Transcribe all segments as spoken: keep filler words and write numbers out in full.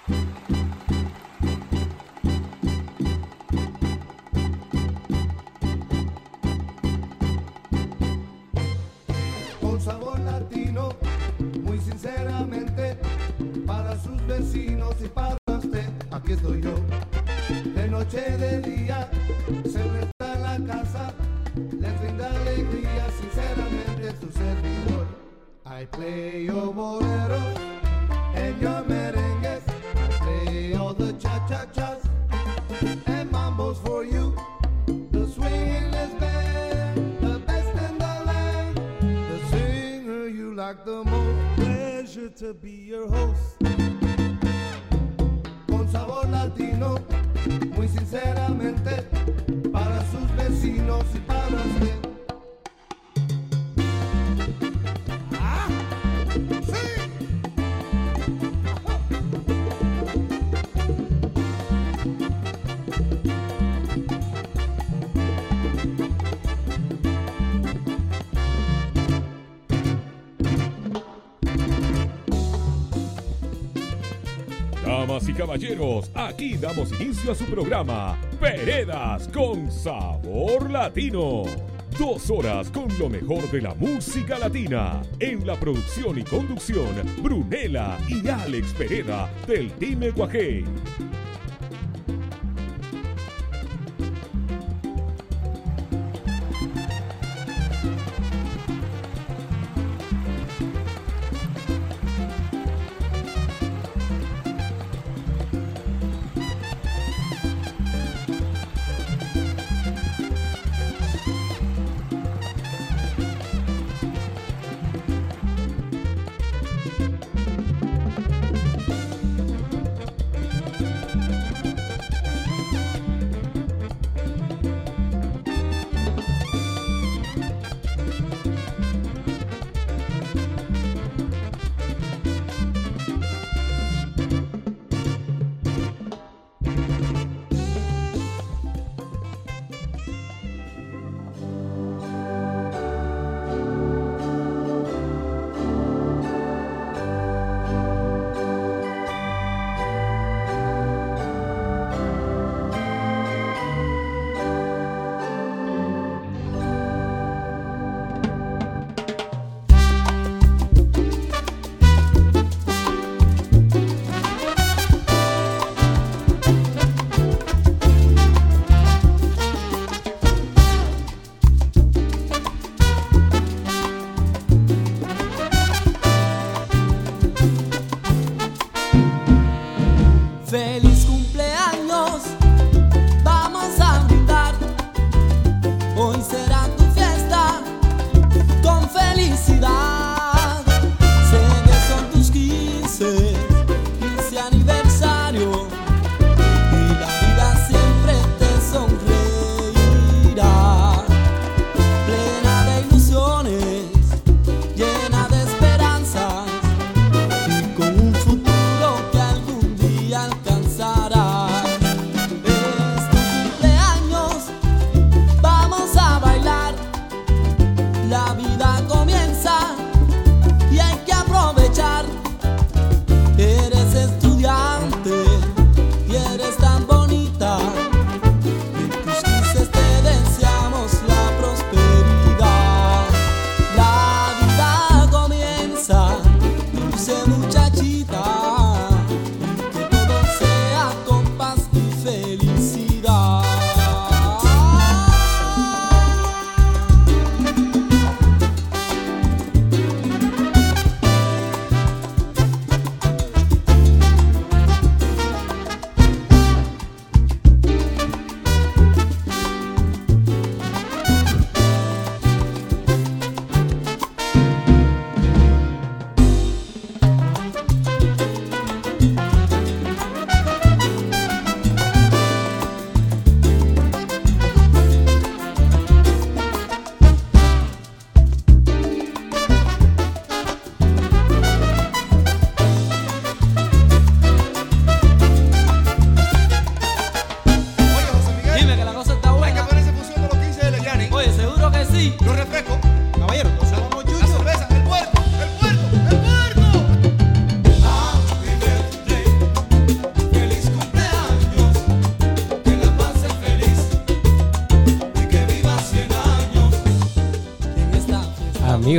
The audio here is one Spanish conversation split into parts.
Con sabor latino, muy sinceramente, para sus vecinos y para usted, aquí estoy yo. De noche, de día, siempre está en la casa, les brinda alegría, sinceramente su servidor. I play your boleros and your merengues, I play all the cha-cha-chas and mambos for you. The swingless band, the best in the land, the singer you like the most. Pleasure to be your host. Con sabor latino, muy sinceramente, para sus vecinos y para usted. ¡Ah! ¡Sí! Damas y caballeros, aquí damos inicio a su programa Veredas con Sabor Latino. Dos horas con lo mejor de la música latina. En la producción y conducción, Brunella y Alex Pereda del Team Guajé.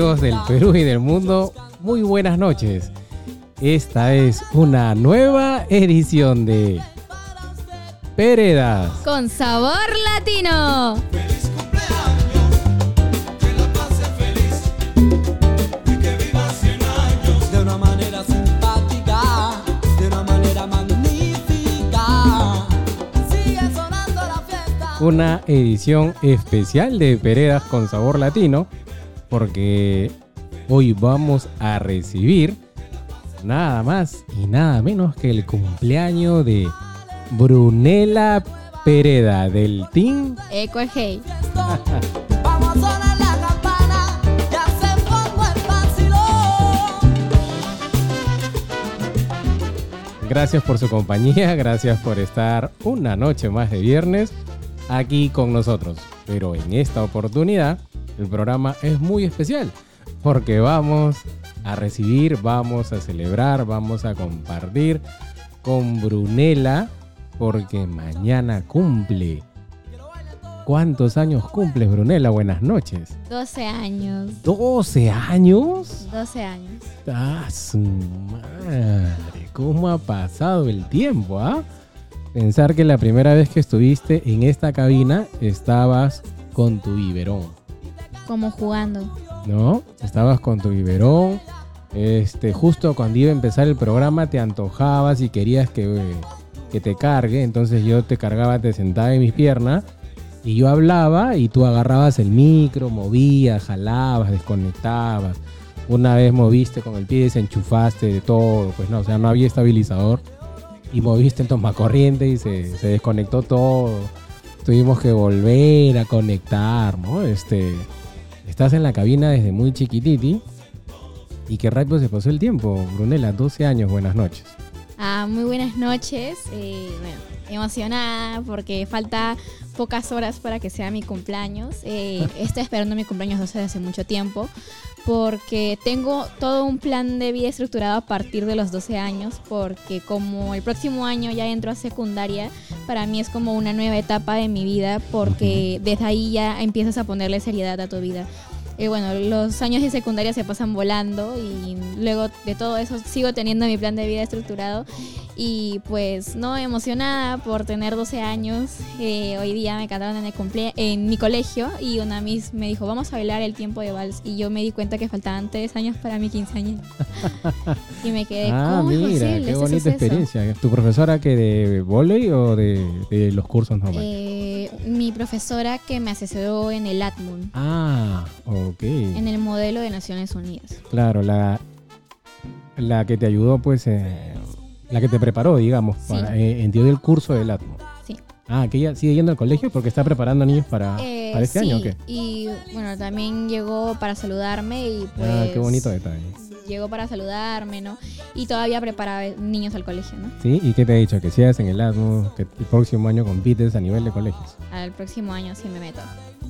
amigos del Perú y del mundo, muy buenas noches. Esta es una nueva edición de Peredas con Sabor Latino. Feliz cumpleaños, que la pase feliz y que viva cien años de una manera simpática, de una manera magnífica. Sigue sonando la fiesta. Una edición especial de Peredas con Sabor Latino, porque hoy vamos a recibir nada más y nada menos que el cumpleaños de Brunella Pereda del Team Eco Hey. Vamos a sonar la campana, ya se pongo el vacilón. Gracias por su compañía, gracias por estar una noche más de viernes aquí con nosotros. Pero en esta oportunidad el programa es muy especial porque vamos a recibir, vamos a celebrar, vamos a compartir con Brunella porque mañana cumple. ¿Cuántos años cumples, Brunella? Buenas noches. doce años. ¿doce años? doce años. ¡Ah, su madre! ¿Cómo ha pasado el tiempo, ah? Pensar que la primera vez que estuviste en esta cabina estabas con tu biberón, Como jugando. ¿no? Estabas con tu biberón. Este, justo cuando iba a empezar el programa te antojabas y querías que, que te cargue. Entonces yo te cargaba, te sentaba en mis piernas y yo hablaba y tú agarrabas el micro, movías, jalabas, desconectabas. Una vez moviste con el pie, desenchufaste de todo, pues no, o sea, no había estabilizador y moviste el tomacorriente y se, se desconectó todo. Tuvimos que volver a conectar, ¿no? Este, estás en la cabina desde muy chiquititi. Y qué rápido se pasó el tiempo, Brunella, doce años, buenas noches. Ah, muy buenas noches. Eh, bueno, emocionada porque falta pocas horas para que sea mi cumpleaños. Eh, estoy esperando mi cumpleaños desde hace mucho tiempo porque tengo todo un plan de vida estructurado a partir de los doce años, porque como el próximo año ya entro a secundaria, para mí es como una nueva etapa de mi vida porque desde ahí ya empiezas a ponerle seriedad a tu vida. Eh, bueno, los años de secundaria se pasan volando y luego de todo eso sigo teniendo mi plan de vida estructurado y pues no, emocionada por tener doce años. Eh, hoy día me cantaron en, el cumple en mi colegio y una miss me dijo vamos a bailar el tiempo de vals y yo me di cuenta que faltaban tres años para mi quince años y me quedé, Ah, ¿cómo mira, es posible qué este bonita suceso? experiencia. ¿Tu profesora que de vóley o de, de los cursos normales? Eh, mi profesora que me asesoró en el A T M U N, Ah, ok. en el modelo de Naciones Unidas. Claro, la, la que te ayudó, pues, eh, la que te preparó, digamos, Sí. para, eh, entiendo el curso del Atmo. Sí. Ah, que ella sigue yendo al colegio porque está preparando niños para, Eh, para este sí, año, ¿o qué? y bueno, también llegó para saludarme y pues... Ah, qué bonito detalle. Llegó para saludarme, ¿no? Y todavía preparaba niños al colegio, ¿no? ¿Sí? ¿Y qué te ha dicho? Que sigas en el Atmo, que el próximo año compites a nivel de colegios. Al próximo año sí me meto.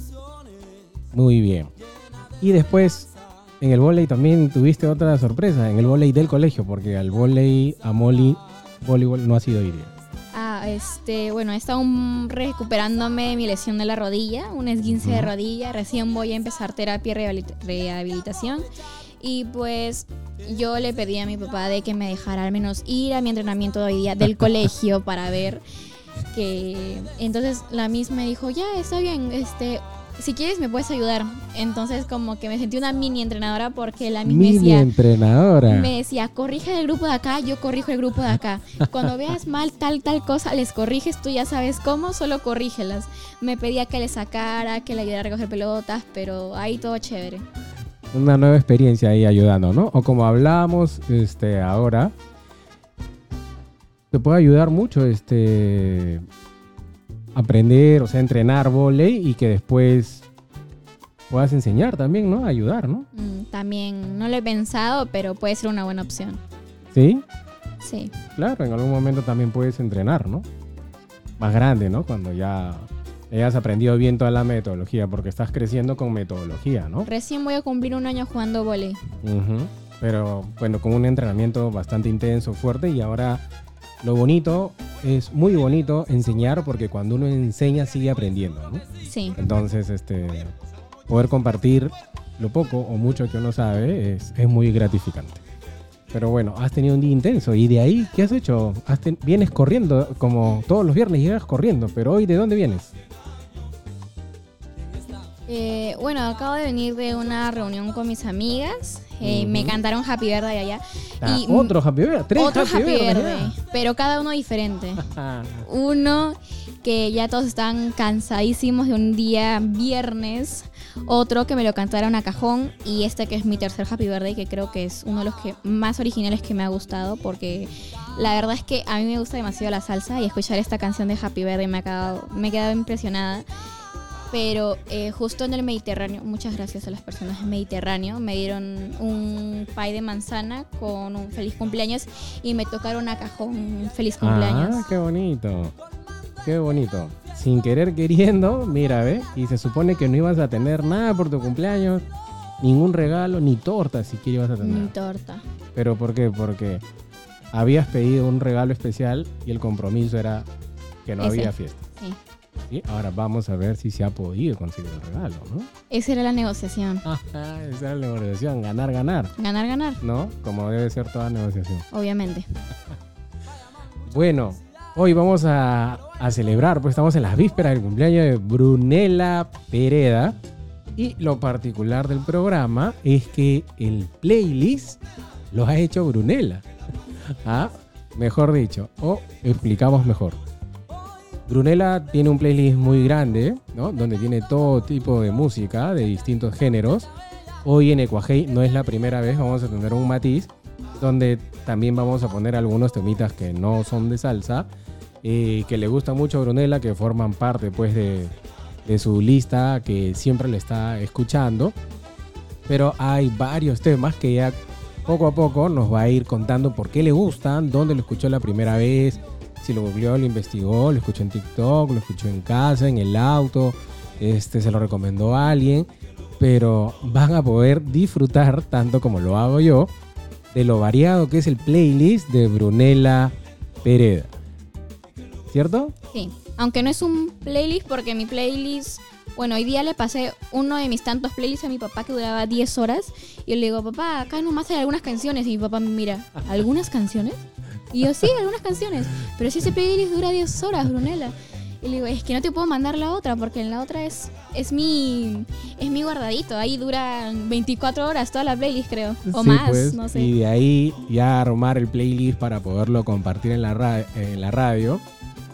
Muy bien. Y después, en el vóley también tuviste otra sorpresa, en el vóley del colegio, porque al vóley, a Molly, voleibol no ha sido idea. Ah, este, bueno, he estado un- recuperándome de mi lesión de la rodilla, un esguince de rodilla. Recién voy a empezar terapia y rehabilit- rehabilitación. Y pues yo le pedí a mi papá de que me dejara al menos ir a mi entrenamiento de hoy día del colegio para ver que... Entonces la Miss me dijo, ya, está bien, este... si quieres me puedes ayudar. Entonces como que me sentí una mini entrenadora porque la Miss me Mini decía... entrenadora. Me decía, corrige el grupo de acá, yo corrijo el grupo de acá. Cuando veas mal tal, tal cosa, les corriges, tú ya sabes cómo, solo corrígelas. Me pedía que le sacara, que le ayudara a recoger pelotas, pero ahí todo chévere. Una nueva experiencia ahí ayudando, ¿no? O como hablábamos este, ahora, te puede ayudar mucho este, aprender, o sea, entrenar vóley y que después puedas enseñar también, ¿no? Ayudar, ¿no? Mm, también no lo he pensado, pero puede ser una buena opción. ¿Sí? Sí. Claro, en algún momento también puedes entrenar, ¿no? Más grande, ¿no? Cuando ya hayas aprendido bien toda la metodología, porque estás creciendo con metodología, ¿no? Recién voy a cumplir un año jugando vóley. Ujú. Pero bueno, con un entrenamiento bastante intenso, fuerte, y ahora lo bonito, es muy bonito enseñar, porque cuando uno enseña sigue aprendiendo, ¿no? Sí. Entonces, este, poder compartir lo poco o mucho que uno sabe es, es muy gratificante. Pero bueno, has tenido un día intenso y de ahí, ¿qué has hecho? Has ten- vienes corriendo, como todos los viernes llegas corriendo, pero hoy, ¿de dónde vienes? Eh, bueno, acabo de venir de una reunión con mis amigas. Eh, Ujú. Me cantaron Happy Birthday allá. Ah, Y, otro Happy Birthday, tres Otro Happy, Happy Birthday, Birthday, pero cada uno diferente. ya. Uno que ya todos están cansadísimos de un día viernes. Otro que me lo cantaron a cajón. Y este que es mi tercer Happy Birthday, que creo que es uno de los que más originales que me ha gustado. Porque la verdad es que a mí me gusta demasiado la salsa. Y escuchar esta canción de Happy Birthday me ha quedado, me he quedado impresionada. Pero eh, justo en el Mediterráneo, muchas gracias a las personas del Mediterráneo, me dieron un pie de manzana con un feliz cumpleaños y me tocaron a cajón un feliz cumpleaños. Ah, qué bonito. Qué bonito. Sin querer queriendo, mira, ¿ve? Y se supone que no ibas a tener nada por tu cumpleaños, ningún regalo, ni torta siquiera ibas a tener. Mi torta. ¿Pero por qué? Porque habías pedido un regalo especial y el compromiso era que no Ese. había fiesta. Sí. ¿Sí? Ahora vamos a ver si se ha podido conseguir el regalo, ¿no? Esa era la negociación. Ajá, esa es la negociación, ganar, ganar, Ganar, ganar, ¿no? Como debe ser toda negociación. obviamente. Bueno, hoy vamos a, a celebrar, pues estamos en las vísperas del cumpleaños de Brunella Pereda. Y lo particular del programa es que el playlist lo ha hecho Brunella. Ah, mejor dicho, o explicamos mejor. Brunella tiene un playlist muy grande, ¿no? Donde tiene todo tipo de música de distintos géneros. Hoy en Ecuajei no es la primera vez, vamos a tener un matiz donde también vamos a poner algunos temitas que no son de salsa, eh, que le gusta mucho a Brunella, que forman parte pues de, de su lista que siempre le está escuchando. Pero hay varios temas que ya poco a poco nos va a ir contando por qué le gustan, dónde lo escuchó la primera vez, si lo googleó, lo investigó, lo escuchó en TikTok, lo escuchó en casa, en el auto, este, se lo recomendó a alguien, pero van a poder disfrutar, tanto como lo hago yo, de lo variado que es el playlist de Brunella Pereda. ¿Cierto? Sí. Aunque no es un playlist porque mi playlist... Bueno, hoy día le pasé uno de mis tantos playlists a mi papá que duraba diez horas. Y yo le digo, papá, acá nomás hay algunas canciones. Y mi papá me mira, ¿algunas canciones? Y yo, sí, algunas canciones. Pero si ese playlist dura diez horas, Brunella. Y le digo, es que no te puedo mandar la otra porque en la otra es, es, mi, es mi guardadito. Ahí dura veinticuatro horas toda la playlist, creo. O Sí, más, pues, no sé. Y de ahí ya armar el playlist para poderlo compartir en la, ra- en la radio.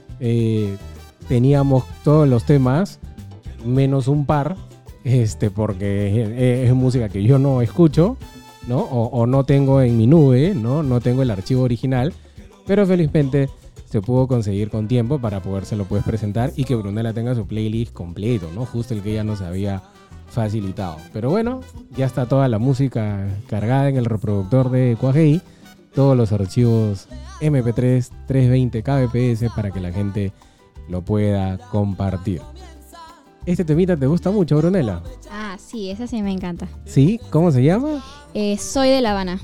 Eh, teníamos todos los temas, menos un par, este, porque es, es música que yo no escucho, ¿no? O, o no tengo en mi nube, ¿no? No tengo el archivo original, pero felizmente se pudo conseguir con tiempo para podérselo pues presentar y que Brunella tenga su playlist completo, ¿no? Justo el que ella nos había facilitado. Pero bueno, ya está toda la música cargada en el reproductor de Ecuajei, todos los archivos eme pe tres, trescientos veinte K B P S para que la gente lo pueda compartir. ¿Este temita te gusta mucho, Brunella? Ah, sí, esa sí me encanta. ¿Sí? ¿Cómo se llama? Eh, soy de La Habana.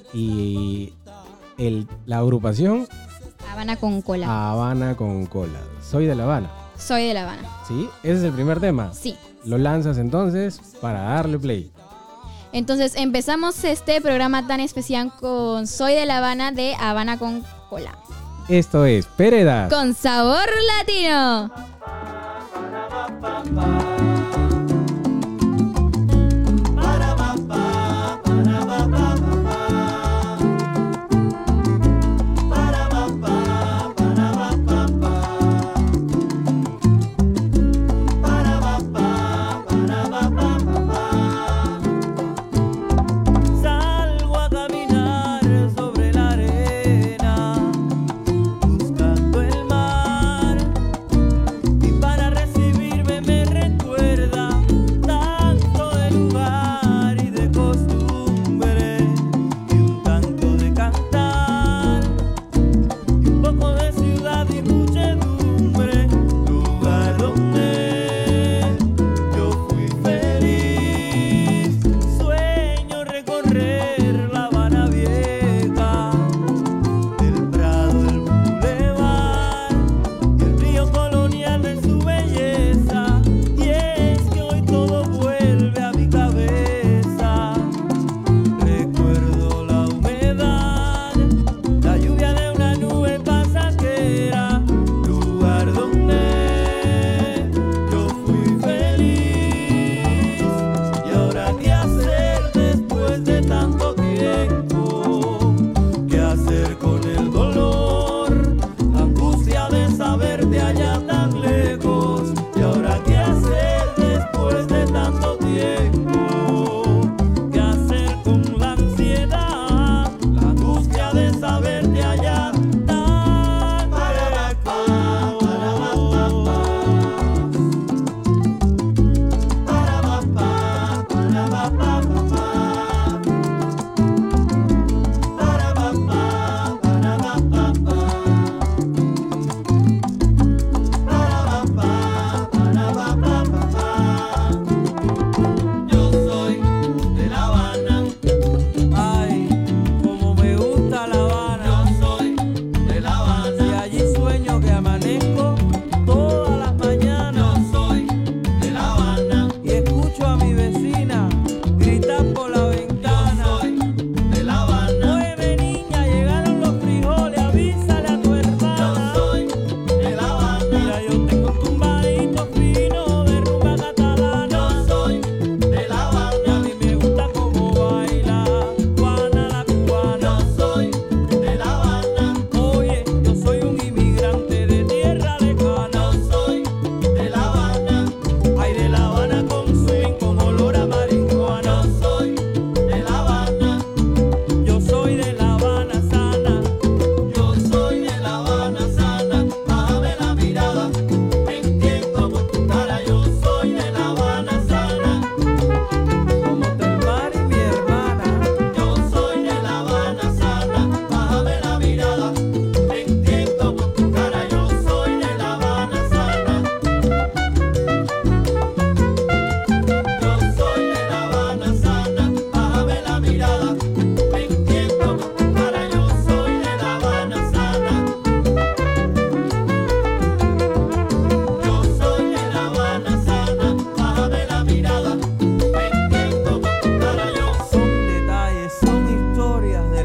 Y el, la agrupación Habana con cola. Habana con Cola. Soy de La Habana. Soy de La Habana. ¿Sí? Ese es el primer tema. Sí. Lo lanzas entonces para darle play. Entonces empezamos este programa tan especial con Soy de La Habana de Habana con cola. Esto es Pereda. Con sabor latino. Salgo a caminar sobre la arena, buscando el mar, y para recibirme me recuerda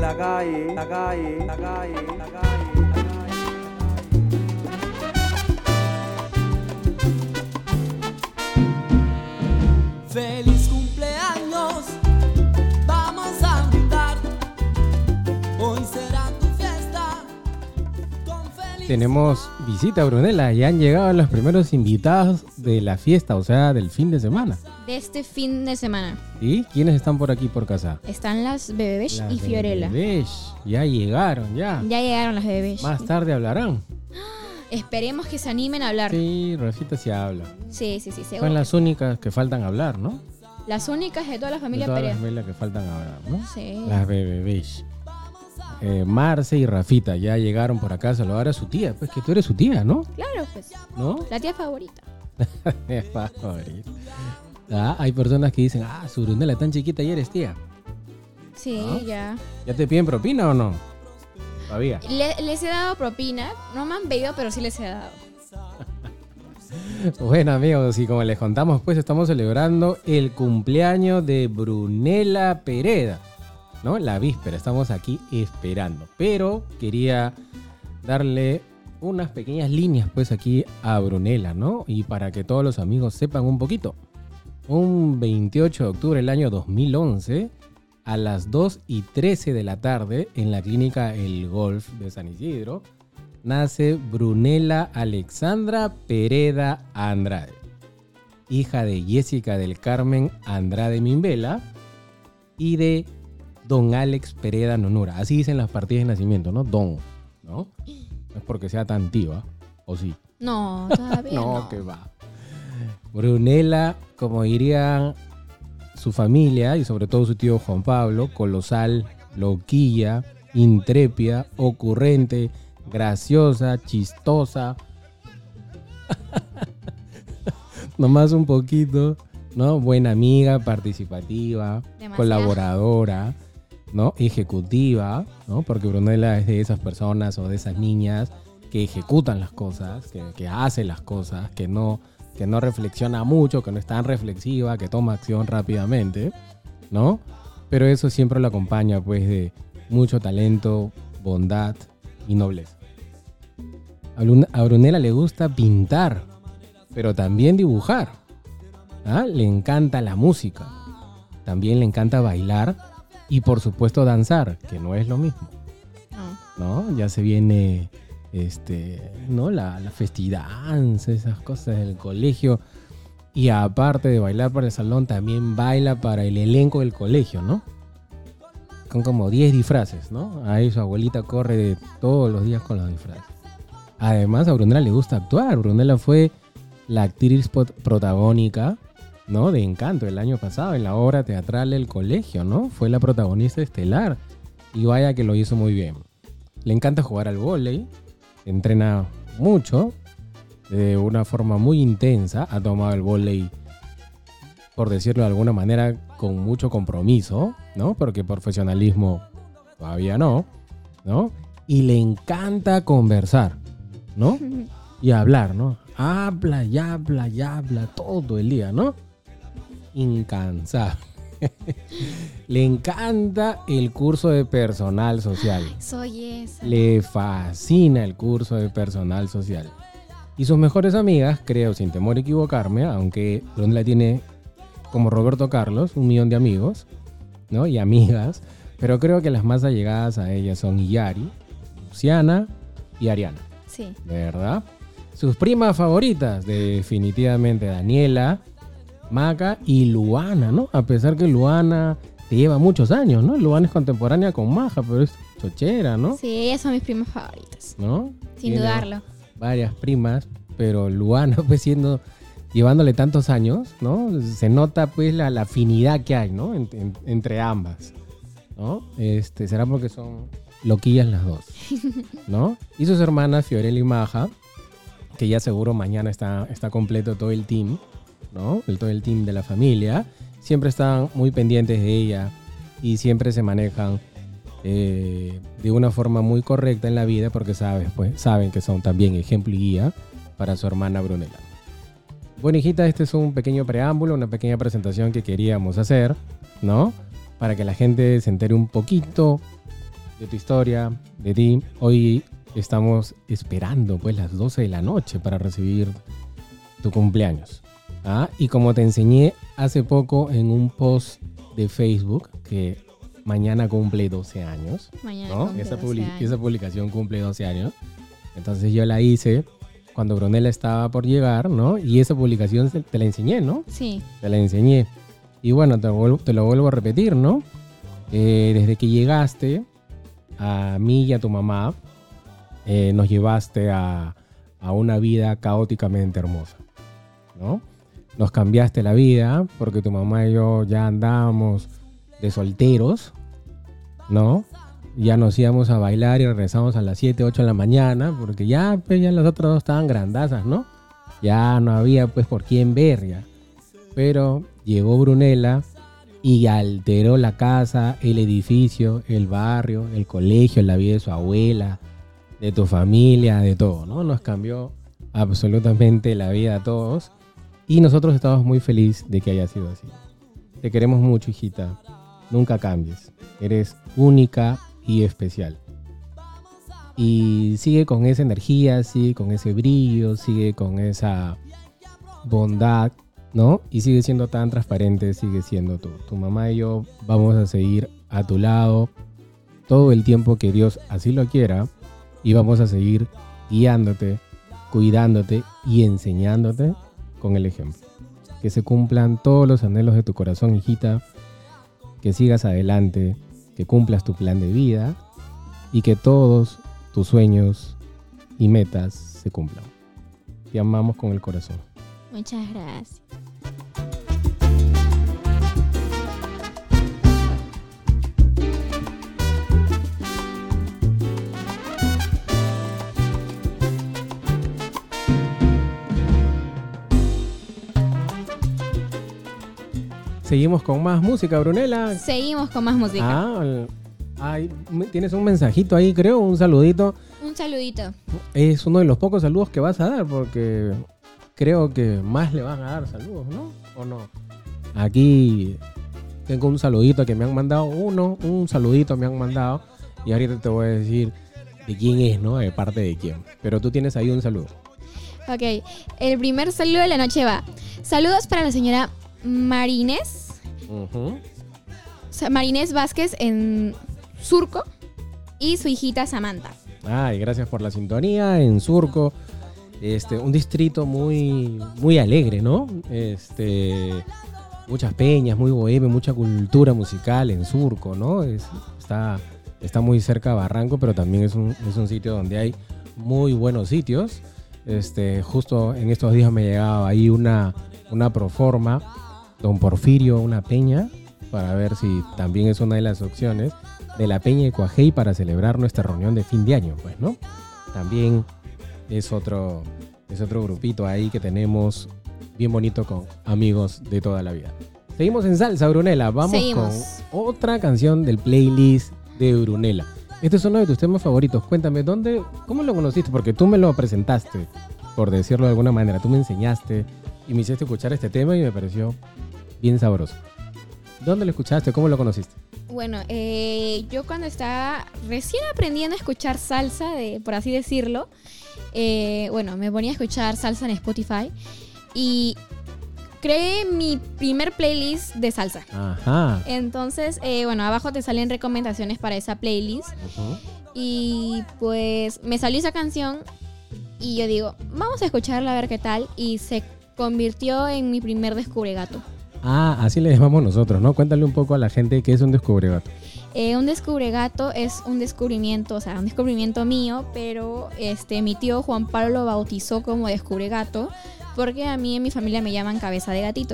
la calle, la calle, la calle, la calle. Feliz cumpleaños, vamos a brindar. Hoy será tu fiesta con felicidad. Tenemos visita, Brunella. Ya han llegado los primeros invitados de la fiesta, o sea, del fin de semana. De este fin de semana ¿Y quiénes están por aquí por casa? están las Bebebesh Las y Fiorella. Bebebesh. Ya llegaron, ya. Ya llegaron las Bebebesh. Más tarde hablarán. Esperemos que se animen a hablar. Sí, Sí, Rafita sí habla. sí, sí, seguro. Son las únicas que faltan hablar, ¿no? Las únicas de toda la De familia todas Pérez. las familias que faltan hablar, ¿no? Sí. Las Bebebesh. Eh, Marce y Rafita ya llegaron por acá a saludar a su tía. Pues que tú eres su tía, ¿no? Claro, pues. ¿No? La tía favorita. Es favorito. Ah, hay personas que dicen, ah, su Brunella tan chiquita y eres tía. Sí, ¿No? ya. ¿Ya te piden propina o no? Todavía. Le- les he dado propina. No me han pedido, pero sí les he dado. Bueno, amigos, y como les contamos, pues estamos celebrando el cumpleaños de Brunella Pereda, ¿no? La víspera, estamos aquí esperando. Pero quería darle unas pequeñas líneas, pues, aquí a Brunella, ¿no? Y para que todos los amigos sepan un poquito. Un veintiocho de octubre del año dos mil once, a las dos y trece de la tarde, en la clínica El Golf de San Isidro, nace Brunella Alexandra Pereda Andrade, hija de Jessica del Carmen Andrade Mimbela y de Don Alex Pereda Nonura. Así dicen las partidas de nacimiento, ¿no? Don, ¿no? No es porque sea tan tío, ¿o sí? No, todavía no. No, que va. Brunella, como dirían su familia y sobre todo su tío Juan Pablo, colosal, loquilla, intrépida, ocurrente, graciosa, chistosa. Nomás un poquito, ¿no? Buena amiga, participativa, Demasiado. colaboradora, ¿no? Ejecutiva, ¿no? Porque Brunella es de esas personas o de esas niñas que ejecutan las cosas, que, que hace las cosas, que no, que no reflexiona mucho, que no es tan reflexiva, que toma acción rápidamente, ¿no? Pero eso siempre lo acompaña, pues, de mucho talento, bondad y nobleza. A Brun- a Brunella le gusta pintar, pero también dibujar. ¿Ah? Le encanta la música. También le encanta bailar y, por supuesto, danzar, que no es lo mismo, No. ¿no? Ya se viene este, ¿no? la, la festividad, esas cosas del colegio. Y aparte de bailar para el salón, también baila para el elenco del colegio, ¿no? Con como diez disfraces, ¿no? Ahí su abuelita corre de todos los días con los disfraces. Además, a Brunella le gusta actuar. Brunella fue la actriz pot- protagónica, ¿no? De Encanto el año pasado en la obra teatral del colegio, ¿no? Fue la protagonista estelar. Y vaya que lo hizo muy bien. Le encanta jugar al vóley. Entrena mucho. De una forma muy intensa. Ha tomado el vóley, por decirlo de alguna manera, con mucho compromiso, ¿no? Porque profesionalismo todavía no, ¿no? Y le encanta conversar, ¿no? Y hablar, ¿no? Habla y habla y habla todo el día, ¿no? Incansable. Le encanta el curso de personal social. Soy esa. Le fascina el curso de personal social. Y sus mejores amigas, creo sin temor a equivocarme, aunque Brunella tiene, como Roberto Carlos, un millón de amigos, ¿no? Y amigas, pero creo que las más allegadas a ella son Yari, Luciana y Ariana, Sí. ¿de verdad? Sus primas favoritas, definitivamente Daniela, Maca y Luana, ¿no? A pesar que Luana te lleva muchos años, ¿no? Luana es contemporánea con Maja, pero es chochera, ¿no? Sí, ellas son mis primas favoritas. ¿No? Sin Tiene dudarlo. varias primas, pero Luana, pues siendo, llevándole tantos años, ¿no? Se nota pues la, la afinidad que hay, ¿no? En- en- entre ambas, ¿no? Este, será porque son loquillas las dos, ¿no? Y sus hermanas Fiorella y Maja, que ya seguro mañana está, está completo todo el team, ¿no? El, todo el team de la familia, siempre están muy pendientes de ella y siempre se manejan eh, de una forma muy correcta en la vida porque sabes, pues, saben que son también ejemplo y guía para su hermana Brunella. Bueno, hijita, este es un pequeño preámbulo, una pequeña presentación que queríamos hacer, ¿no? Para que la gente se entere un poquito de tu historia, de ti. Hoy estamos esperando pues las doce de la noche para recibir tu cumpleaños. ¿Ah? Y como te enseñé hace poco en un post de Facebook que mañana cumple doce años, Mañana ¿no? cumple Esa, doce publi- años. esa publicación cumple doce años. Entonces yo la hice cuando Brunella estaba por llegar, ¿no? Y esa publicación se- te la enseñé, ¿no? Sí, Te la enseñé. Y bueno, te, vuelvo- te lo vuelvo a repetir, ¿no? Eh, desde que llegaste a mí y a tu mamá, eh, nos llevaste a, a una vida caóticamente hermosa, ¿no? Nos cambiaste la vida porque tu mamá y yo ya andábamos de solteros, ¿no? Ya nos íbamos a bailar y regresamos a las siete, ocho de la mañana porque ya, pues, ya las otras dos estaban grandazas, ¿no? Ya no había pues por quién ver ya. Pero llegó Brunella y alteró la casa, el edificio, el barrio, el colegio, la vida de su abuela, de tu familia, de todo, ¿no? Nos cambió absolutamente la vida a todos y nosotros estamos muy felices de que haya sido así. Te queremos mucho, hijita. Nunca cambies. Eres única y especial. Y sigue con esa energía, sigue con ese brillo, sigue con esa bondad, ¿no? Y sigue siendo tan transparente, sigue siendo tú. Tu mamá y yo vamos a seguir a tu lado todo el tiempo que Dios así lo quiera y vamos a seguir guiándote, cuidándote y enseñándote con el ejemplo. Que se cumplan todos los anhelos de tu corazón, hijita, que sigas adelante, que cumplas tu plan de vida y que todos tus sueños y metas se cumplan. Te amamos con el corazón. muchas gracias. Seguimos con más música, Brunella. Seguimos con más música. Ah, el- ay, me- tienes un mensajito ahí, creo, un saludito. Un saludito. Es uno de los pocos saludos que vas a dar porque creo que más le van a dar saludos, ¿no? ¿O no? Aquí tengo un saludito que me han mandado, uno, un saludito me han mandado y ahorita te voy a decir de quién es, ¿no? De parte de quién. Pero tú tienes ahí un saludo. Ok, el primer saludo de la noche va. Saludos para la señora Marinés, Ujú. o sea, Marinés Vázquez en Surco y su hijita Samantha. Ay, gracias por la sintonía en Surco. Este, un distrito muy, muy alegre, ¿no? Este, muchas peñas, muy bohemio, mucha cultura musical en Surco, ¿no? Es- está, está muy cerca de Barranco, pero también es un, es un sitio donde hay muy buenos sitios. Este, justo en estos días me llegaba ahí una, una proforma, Don Porfirio, una peña, para ver si también es una de las opciones de la Peña de Cuajei para celebrar nuestra reunión de fin de año, pues, ¿no? También es otro, es otro grupito ahí que tenemos bien bonito con amigos de toda la vida. Seguimos en salsa, Brunella. Vamos Seguimos. con otra canción del playlist de Brunella. Este es uno de tus temas favoritos. Cuéntame, ¿dónde, cómo lo conociste? Porque tú me lo presentaste, por decirlo de alguna manera. Tú me enseñaste y me hiciste escuchar este tema y me pareció bien sabroso. ¿Dónde lo escuchaste? ¿Cómo lo conociste? Bueno, eh, yo cuando estaba recién aprendiendo a escuchar salsa, de, por así decirlo, eh, bueno, me ponía a escuchar salsa en Spotify y creé mi primer playlist de salsa. Ajá. Entonces, eh, bueno, abajo te salen recomendaciones para esa playlist Ujú. y pues me salió esa canción y yo digo, vamos a escucharla a ver qué tal y se convirtió en mi primer descubregato. Ah, así le llamamos nosotros, ¿no? Cuéntale un poco a la gente qué es un descubregato. Eh, un descubregato es un descubrimiento, o sea, un descubrimiento mío, pero este mi tío Juan Pablo lo bautizó como descubregato porque a mí en mi familia me llaman cabeza de gatito.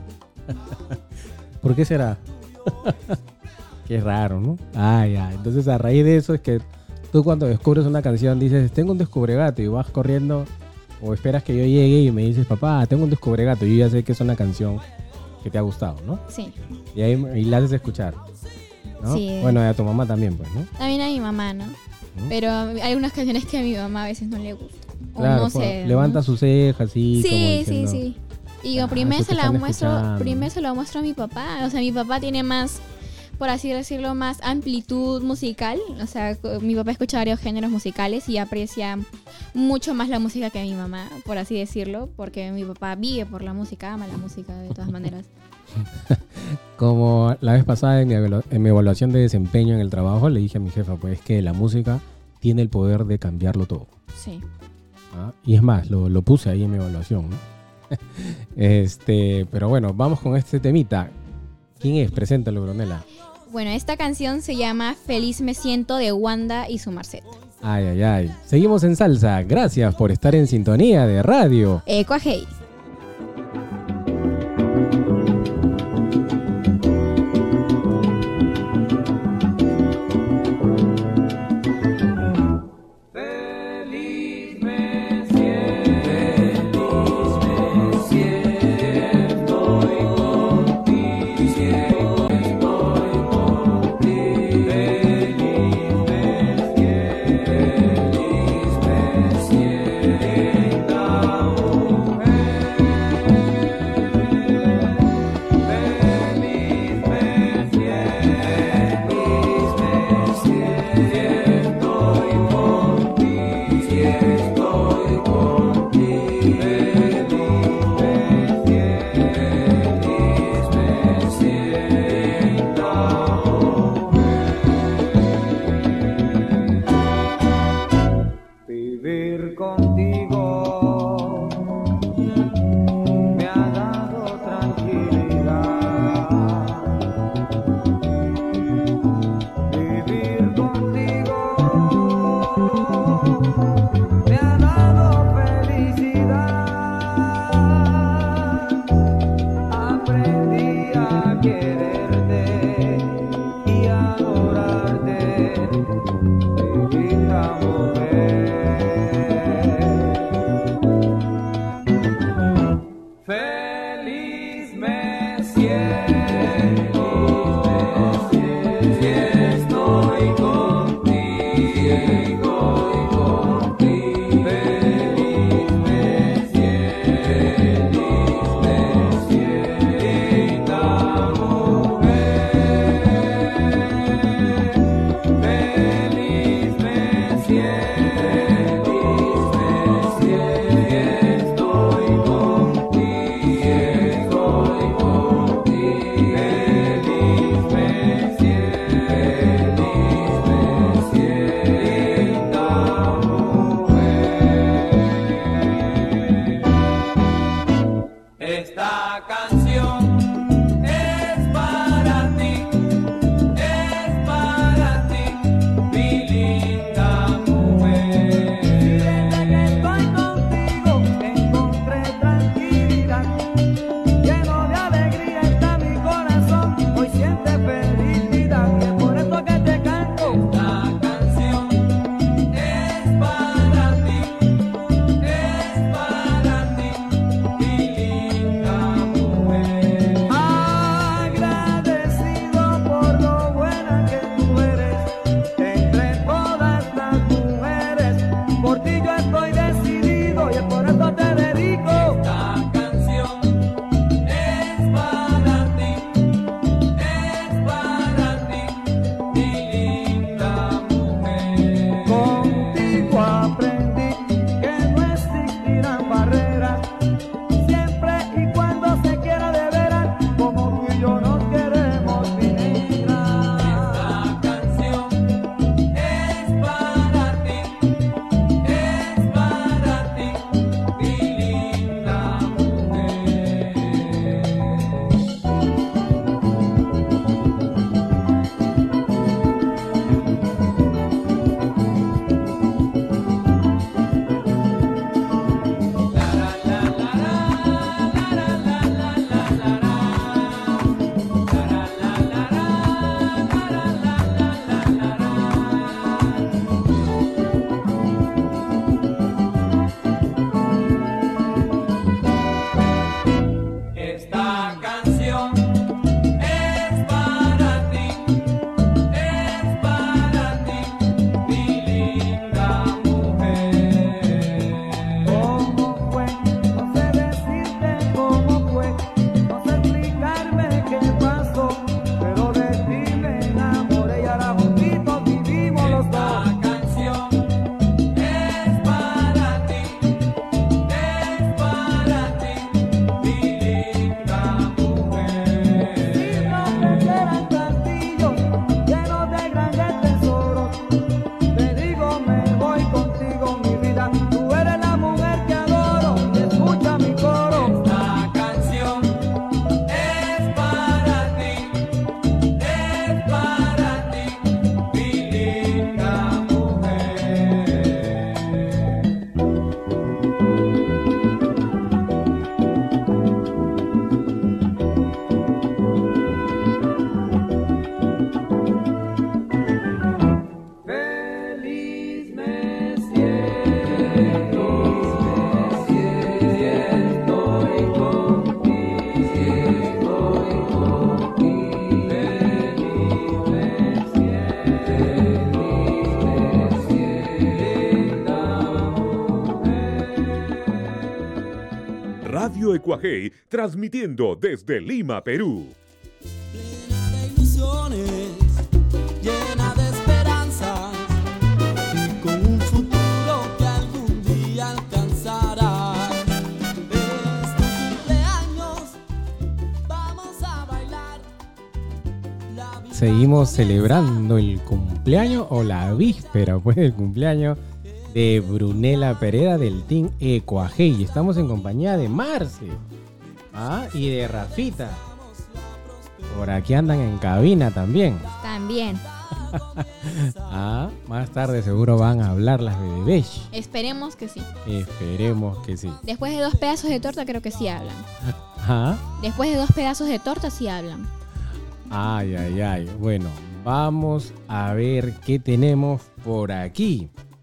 ¿Por qué será? Qué raro, ¿no? Ah, ya. Entonces, a raíz de eso es que tú cuando descubres una canción dices, tengo un descubregato y vas corriendo o esperas que yo llegue y me dices, papá, tengo un descubregato y yo ya sé que es una canción que te ha gustado, ¿no? Sí, Y ahí y la haces escuchar, ¿no? Sí. Bueno, y a tu mamá también, pues, ¿no? también a mi mamá, ¿no? Pero hay unas canciones que a mi mamá a veces no le gustan. O Claro, no pues, sé. ¿no? levanta sus cejas así, como Sí, sí, diciendo, sí. Y yo "Ah, primero eso se te la están muestro, escuchando". primero se lo muestro a mi papá. O sea, mi papá tiene más, por así decirlo, más amplitud musical. O sea, co- mi papá escucha varios géneros musicales y aprecia mucho más la música que mi mamá, por así decirlo, porque mi papá vive por la música, ama la música de todas maneras. Como la vez pasada en mi, evalu- en mi evaluación de desempeño en el trabajo, le dije a mi jefa, pues que la música tiene el poder de cambiarlo todo. Sí. ¿Ah? Y es más, lo, lo puse ahí en mi evaluación, ¿no? este, pero bueno, vamos con este temita. ¿Quién es? Preséntalo, Brunella. Bueno, esta canción se llama Feliz me siento de Wanda y su Marcet. Ay, ay, ay. Seguimos en salsa. Gracias por estar en sintonía de radio. Ecuajei. Feliz me siento Radio Ecuajei, transmitiendo desde Lima, Perú. Llena de ilusiones, llena de esperanzas y con un futuro que algún día alcanzará. Es tu cumpleaños, vamos a bailar. La vida Seguimos comienza. celebrando el cumpleaños o la víspera pues del cumpleaños de Brunella Pereda del Team Ecuajei. Estamos en compañía de Marce, ¿ah? Y de Rafita. Por aquí andan en cabina también. También. Ah, más tarde seguro van a hablar las de Debesh. Esperemos que sí. Esperemos que sí. Después de dos pedazos de torta creo que sí hablan. ¿Ah? Después de dos pedazos de torta sí hablan. Ay, ay, ay. Bueno, vamos a ver qué tenemos por aquí.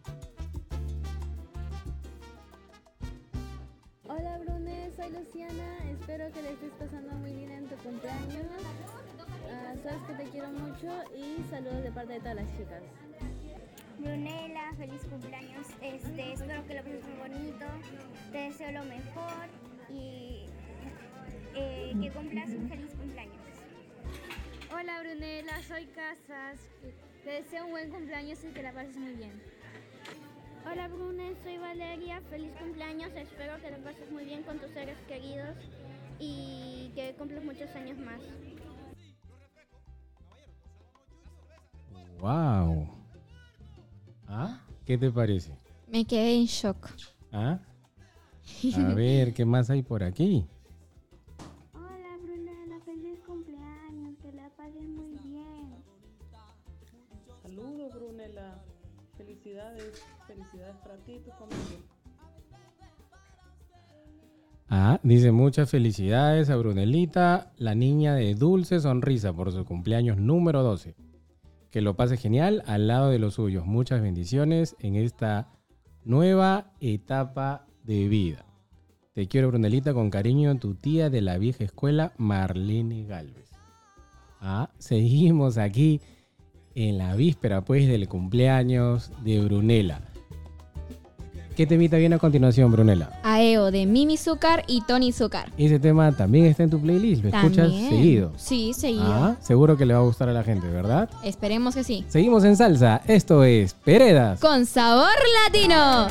Hola Brune, soy Luciana, espero que le estés pasando muy bien en tu cumpleaños. Ah, sabes que te quiero mucho y saludos de parte de todas las chicas. Brunella, feliz cumpleaños. Este, espero que lo pases muy bonito. Te deseo lo mejor y eh, que cumplas un feliz cumpleaños. Hola Brunella, soy Casas. Te deseo un buen cumpleaños y que la pases muy bien. Hola Brune, soy Valeria, feliz cumpleaños. Espero que lo pases muy bien con tus seres queridos y que cumplas muchos años más. Wow. ¿Ah? ¿Qué te parece? Me quedé en shock. ¿Ah? A ver, ¿qué más hay por aquí? Hola Brunella, feliz cumpleaños, que la pases muy bien. Saludos, Brunella. Felicidades, felicidades para ti y tu familia. Ah, dice muchas felicidades a Brunelita, la niña de dulce sonrisa por su cumpleaños número doce. Que lo pase genial al lado de los suyos. Muchas bendiciones en esta nueva etapa de vida. Te quiero, Brunelita, con cariño, tu tía de la vieja escuela, Marlene Galvez. Ah, seguimos aquí en la víspera pues del cumpleaños de Brunella. ¿Qué temita viene a continuación, Brunella? Aeo de Mimi Zúcar y Tony Zúcar. Ese tema también está en tu playlist, lo escuchas También. seguido. Sí, seguido. Ah, seguro que le va a gustar a la gente, ¿verdad? Esperemos que sí. Seguimos en salsa, esto es Peredas. Con sabor latino.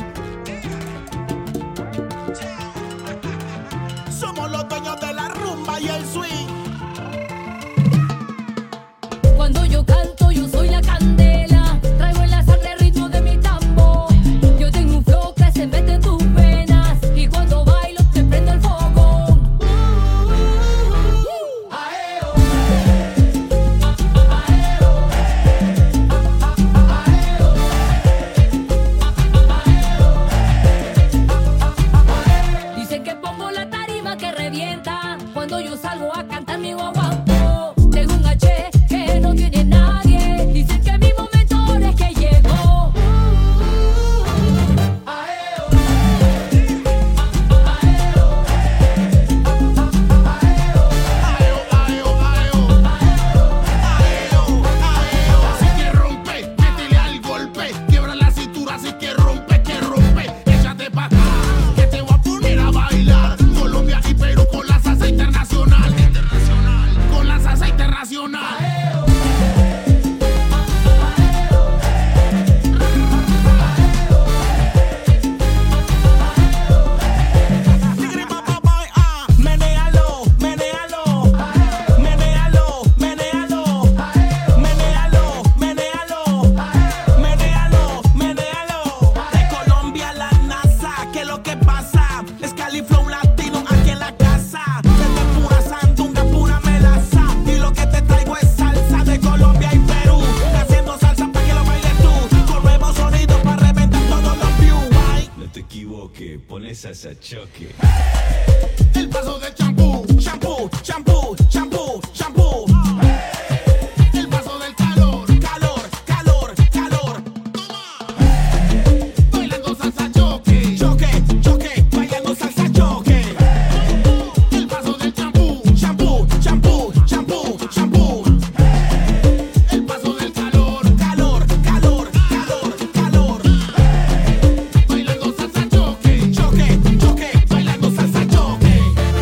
Somos los dueños de la rumba y el swing. Cuando yo canto, yo soy la candela. Traigo en la sangre ritmo de mi tambor. Yo tengo un flow que se mete en tus venas. Y cuando bailo, te prendo el fuego. Aeo. Dicen que pongo la tarima que revienta. Cuando yo salgo a cantar mi guaguapo. Tengo un H que no tiene nadie. Dicen que mi momento ahora es que llegó. Aeo. Así que rompe, métele al golpe, quiebra la cintura, así que rompe, que rompe, échate pa' acá, que te voy a poner a bailar. Colombia y Perú con la salsa internacional, internacional, con la salsa internacional. Menéalo, menéalo, menéalo, menéalo, menéalo, menéalo, menéalo, menéalo. De Colombia a la NASA, que lo que pasa es Cali Flow Latino aquí en la casa. Desde pura sandunga, pura melaza. Y lo que te traigo es salsa de Colombia y Perú. Haciendo salsa para que lo bailes tú. Con nuevos sonidos para reventar todos los views. Ay. No te equivoques, pon salsa choque. El paso del champú, champú, champú, champú, champú. El paso del calor, calor, calor, calor. Toma. Bailando salsa choque, choque, choque. Bailando salsa choque. El paso del champú, champú, champú, champú, champú. El paso del calor, calor, calor, calor, calor. Bailando salsa choque, choque, choque. Bailando salsa choque.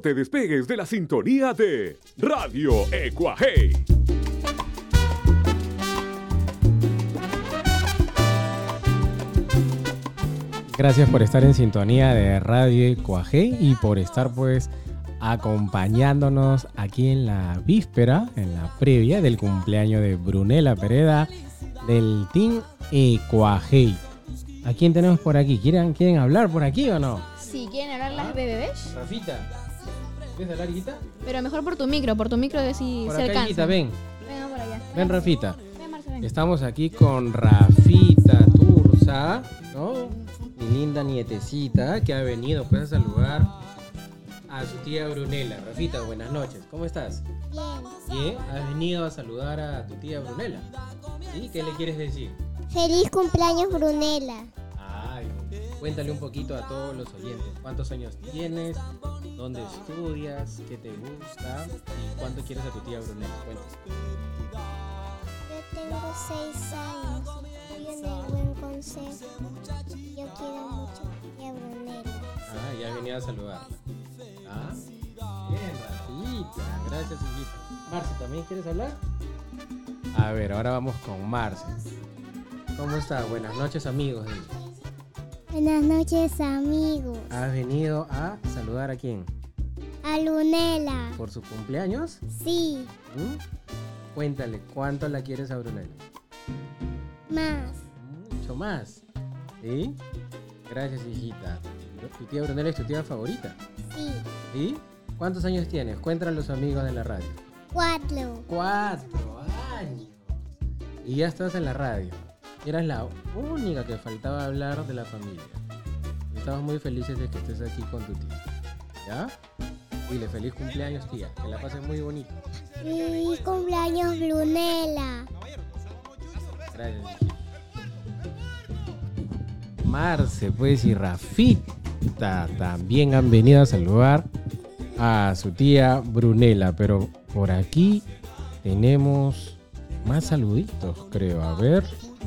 te despegues de la sintonía de Radio Ecuaje. Gracias por estar en sintonía de Radio Ecuaje y por estar pues acompañándonos aquí en la víspera, en la previa del cumpleaños de Brunella Pereda del Team Ecuaje. ¿A quién tenemos por aquí? ¿Quieren, ¿Quieren hablar por aquí o no? Si quieren hablar las bebés. Rafita, ¿quieres hablar, Guita? Pero mejor por tu micro, por tu micro de si Por se acá, alcanza. Guita, ven. Ven por allá. Ven, Rafita. Ven, Marce, ven. Estamos aquí con Rafita Turza, ¿no? Mi linda nietecita que ha venido pues a saludar a su tía Brunella. Rafita, buenas noches. ¿Cómo estás? Bien. Bien, has venido a saludar a tu tía Brunella. ¿Sí? ¿Qué le quieres decir? Feliz cumpleaños, Brunella. Ay, cuéntale un poquito a todos los oyentes. ¿Cuántos años tienes? ¿Dónde estudias? ¿Qué te gusta? ¿Y cuánto quieres a tu tía Brunella? Cuéntanos. Yo tengo seis años. Estoy en el buen consejo. Yo quiero mucho a tía Brunella. Ah, ya venía a saludarla. Ah, bien, Rafita. Gracias, hijita. Marce, ¿también quieres hablar? A ver, ahora vamos con Marce. ¿Cómo estás? Buenas noches, amigos. Buenas noches, amigos. ¿Has venido a saludar a quién? A Brunella. ¿Por su cumpleaños? Sí, ¿Mm? Cuéntale, ¿cuánto la quieres a Brunella? más. Mucho más. ¿Sí? Gracias, hijita. ¿Tu tía Brunella es tu tía favorita? Sí, ¿Sí? ¿Cuántos años tienes? Cuéntale a los amigos de la radio. cuatro. Cuatro años. Y ya estás en la radio. Eras la única que faltaba hablar de la familia. Y estamos muy felices de que estés aquí con tu tía. ¿Ya? Dile, feliz cumpleaños, tía. Que la pases muy bonito. Feliz cumpleaños, Brunella. Gracias, hijita. Marce, pues, y Rafita también han venido a saludar a su tía Brunella. Pero por aquí tenemos más saluditos, creo. A ver.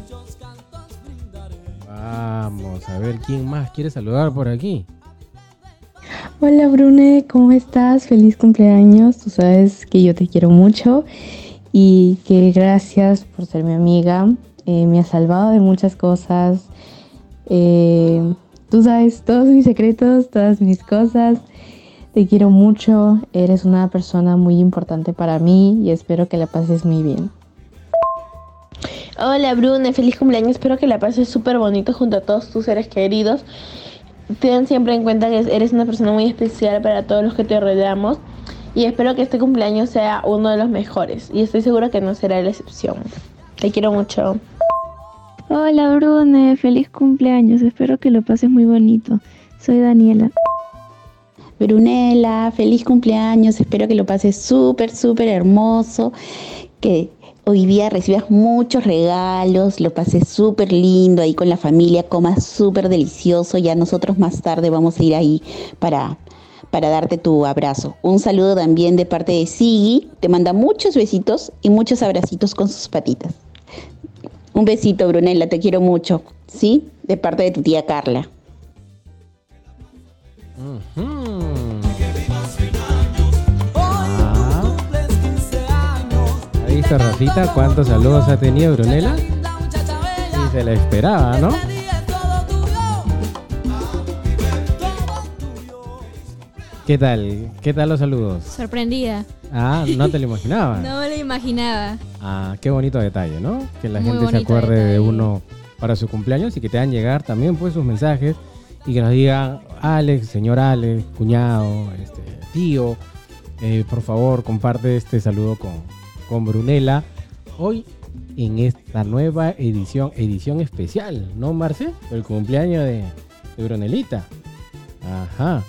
Vamos a ver quién más quiere saludar por aquí. Hola Brune, ¿cómo estás? Feliz cumpleaños. Tú sabes que yo te quiero mucho y que gracias por ser mi amiga. Eh, me has salvado de muchas cosas. Eh, tú sabes todos mis secretos, todas mis cosas. Te quiero mucho. Eres una persona muy importante para mí y espero que la pases muy bien. Hola Brune, feliz cumpleaños, espero que la pases súper bonito junto a todos tus seres queridos. Ten siempre en cuenta que eres una persona muy especial para todos los que te rodeamos y espero que este cumpleaños sea uno de los mejores y estoy segura que no será la excepción. Te quiero mucho. Hola Brune, feliz cumpleaños, espero que lo pases muy bonito. Soy Daniela. Brunella, feliz cumpleaños, espero que lo pases súper, súper hermoso, que hoy día recibas muchos regalos, lo pases súper lindo ahí con la familia, comas súper delicioso. Ya nosotros más tarde vamos a ir ahí para, para darte tu abrazo. Un saludo también de parte de Siggy, te manda muchos besitos y muchos abracitos con sus patitas. Un besito, Brunella, te quiero mucho, ¿sí? De parte de tu tía Carla. Uh-huh. ¿Viste, Rafita, cuántos saludos ha tenido Brunella? Y se la esperaba, ¿no? ¿Qué tal? ¿Qué tal los saludos? Sorprendida. Ah, no te lo imaginaba. No me lo imaginaba. Ah, qué bonito detalle, ¿no? Que la Muy gente se bonito acuerde detalle. de uno para su cumpleaños y que te hagan llegar también pues sus mensajes y que nos digan, Alex, señor Alex, cuñado, este, tío, eh, por favor comparte este saludo con, con Brunella hoy en esta nueva edición, edición especial, ¿no, Marce? El cumpleaños de, de Brunelita. Ajá.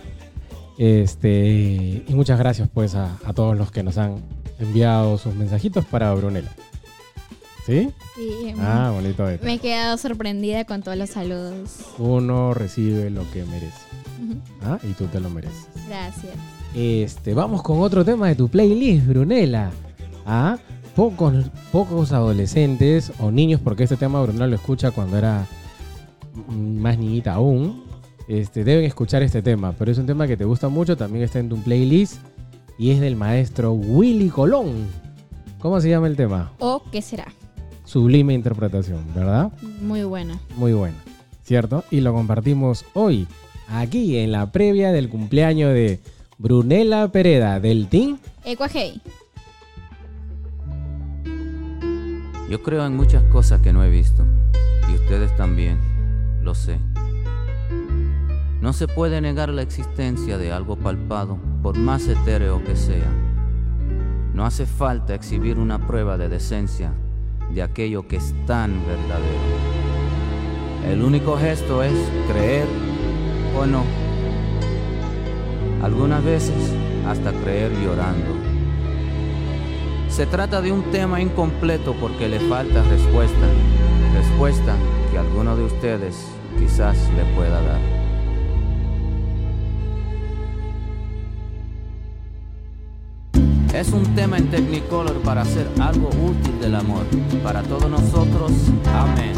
Este, y muchas gracias pues a, a todos los que nos han enviado sus mensajitos para Brunella. ¿Sí? Sí. Ah, bonito detalle. Me he quedado sorprendida con todos los saludos. Uno recibe lo que merece. Ujú. Ah, y tú te lo mereces. Gracias. Este, vamos con otro tema de tu playlist, Brunella. Ah, pocos, pocos adolescentes o niños, porque este tema Brunella lo escucha cuando era más niñita aún. este, deben escuchar este tema. Pero es un tema que te gusta mucho, también está en tu playlist y es del maestro Willy Colón. ¿Cómo se llama el tema? ¿O qué será? Sublime interpretación, ¿verdad? Muy buena. Muy buena, ¿cierto? Y lo compartimos hoy, aquí en la previa del cumpleaños de Brunella Pereda, del Team Ecuajei. Yo creo en muchas cosas que no he visto, y ustedes también, lo sé. No se puede negar la existencia de algo palpado, por más etéreo que sea. No hace falta exhibir una prueba de decencia de aquello que es tan verdadero. El único gesto es creer o no. Algunas veces hasta creer llorando. Se trata de un tema incompleto porque le falta respuesta, respuesta que alguno de ustedes quizás le pueda dar. Es un tema en Technicolor para hacer algo útil del amor, para todos nosotros, amén.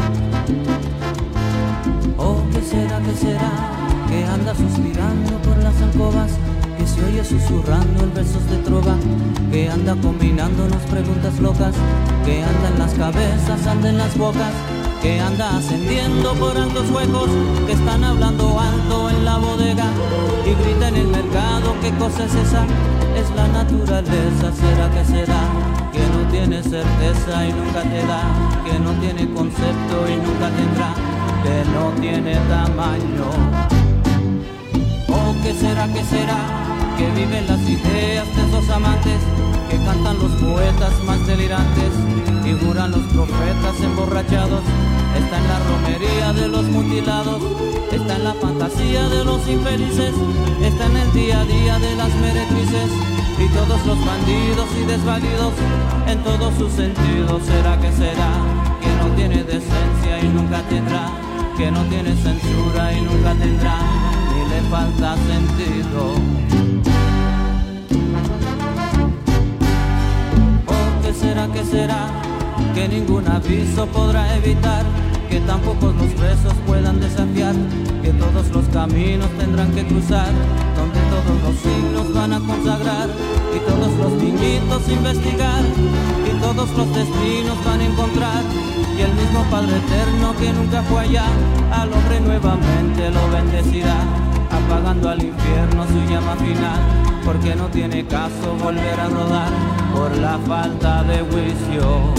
Oh, ¿qué será, qué será? Que anda suspirando por las alcobas, que se oye susurrando en versos de trova, que anda combinándonos preguntas locas, que anda en las cabezas, anda en las bocas, que anda ascendiendo por altos huecos, que están hablando alto en la bodega y grita en el mercado. ¿Qué cosa es esa? Es la naturaleza. ¿Será que será? Que no tiene certeza y nunca te da, que no tiene concepto y nunca tendrá, que no tiene tamaño. Oh, ¿qué será, qué será? Que viven las ideas de esos amantes, que cantan los poetas más delirantes y juran los profetas emborrachados. Está en la romería de los mutilados, está en la fantasía de los infelices, está en el día a día de las meretrices y todos los bandidos y desvalidos en todos sus sentidos. ¿Será que será? Que no tiene decencia y nunca tendrá, que no tiene censura y nunca tendrá, ni le falta sentido. Oh, ¿qué será, qué será? Que ningún aviso podrá evitar, que tampoco los besos puedan desafiar, que todos los caminos tendrán que cruzar, donde todos los signos van a consagrar, y todos los niñitos investigar, y todos los destinos van a encontrar, y el mismo Padre Eterno que nunca fue allá, al hombre nuevamente lo bendecirá, apagando al infierno su llama final, porque no tiene caso volver a rodar por la falta de juicio.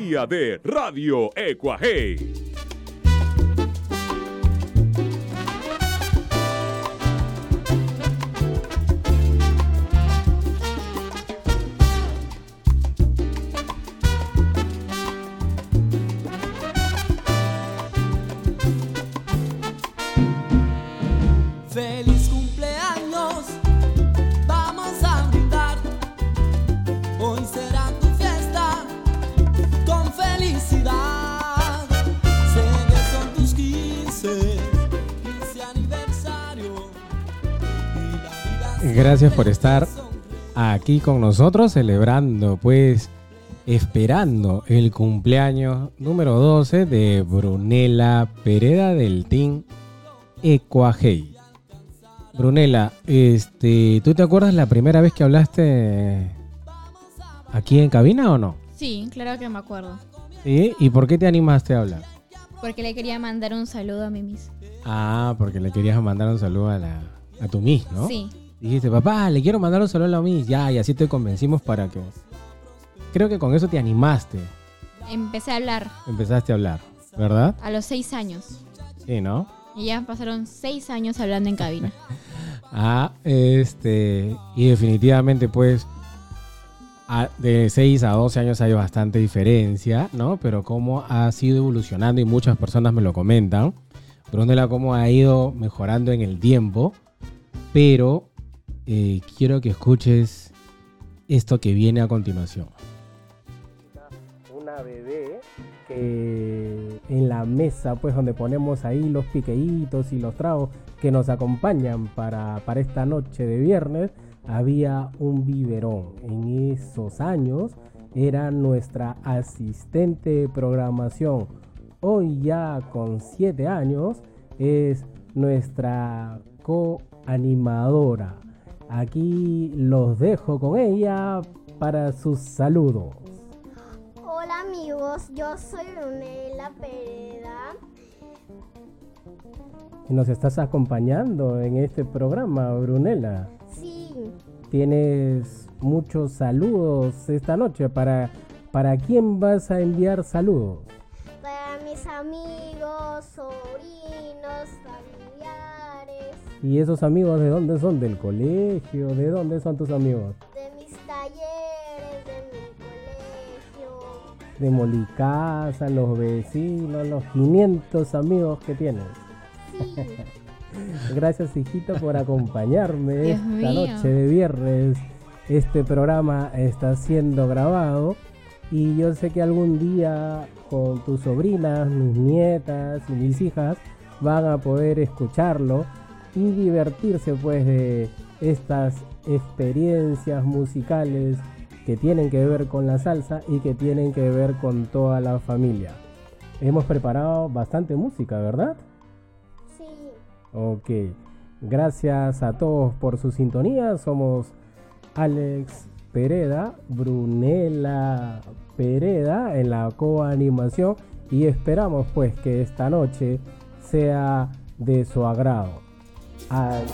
sintonía de Radio Ecuajei. Feliz cumpleaños, vamos a brindar. Hoy será tu fiesta con felicidad. Sé que son tus quince, quince aniversario. Gracias por estar aquí con nosotros celebrando, pues, esperando el cumpleaños número doce de Brunela Pereda del Team Ecuajei. Brunela, este, ¿tú te acuerdas la primera vez que hablaste aquí en cabina o no? Sí, claro que me acuerdo. ¿Sí? ¿Y por qué te animaste a hablar? Porque le quería mandar un saludo a mi miss. Ah, porque le querías mandar un saludo a, la, a tu miss, ¿no? Sí. Dijiste, papá, le quiero mandar un saludo a la miss. Ya, y así te convencimos para que... Creo que con eso te animaste. Empecé a hablar Empezaste a hablar, ¿verdad? a los seis años. Sí, ¿no? Y ya pasaron seis años hablando en cabina. Ah, este... Y definitivamente, pues... a- de seis a doce años hay bastante diferencia, ¿no? Pero cómo ha sido evolucionando y muchas personas me lo comentan. Brunela, cómo ha ido mejorando en el tiempo. Pero eh, quiero que escuches esto que viene a continuación. Una bebé que en la mesa, pues donde ponemos ahí los piqueitos y los tragos que nos acompañan para, para esta noche de viernes, había un biberón. En esos años era nuestra asistente de programación. Hoy ya con siete años es nuestra coanimadora. Aquí los dejo con ella para sus saludos. Hola amigos, yo soy Brunela Pereda. Y nos estás acompañando en este programa, Brunela. Sí, Tienes muchos saludos esta noche. ¿Para, para quién vas a enviar saludos? para mis amigos, sobrinos, familiares, ¿Y esos amigos de dónde son? ¿Del colegio? ¿De dónde son tus amigos? de mis talleres, de mi colegio. De Molicasa, los vecinos, los quinientos amigos que tienes. Sí, Gracias, hijita, por acompañarme Dios esta mío. noche de viernes. Este programa está siendo grabado y yo sé que algún día con tus sobrinas, mis nietas y mis hijas van a poder escucharlo y divertirse, pues, de estas experiencias musicales que tienen que ver con la salsa y que tienen que ver con toda la familia. Hemos preparado bastante música, ¿verdad? sí. Ok, gracias a todos por su sintonía. Somos Alex Pereda, Brunela Pereda en la coanimación y esperamos, pues, que esta noche sea de su agrado. Hay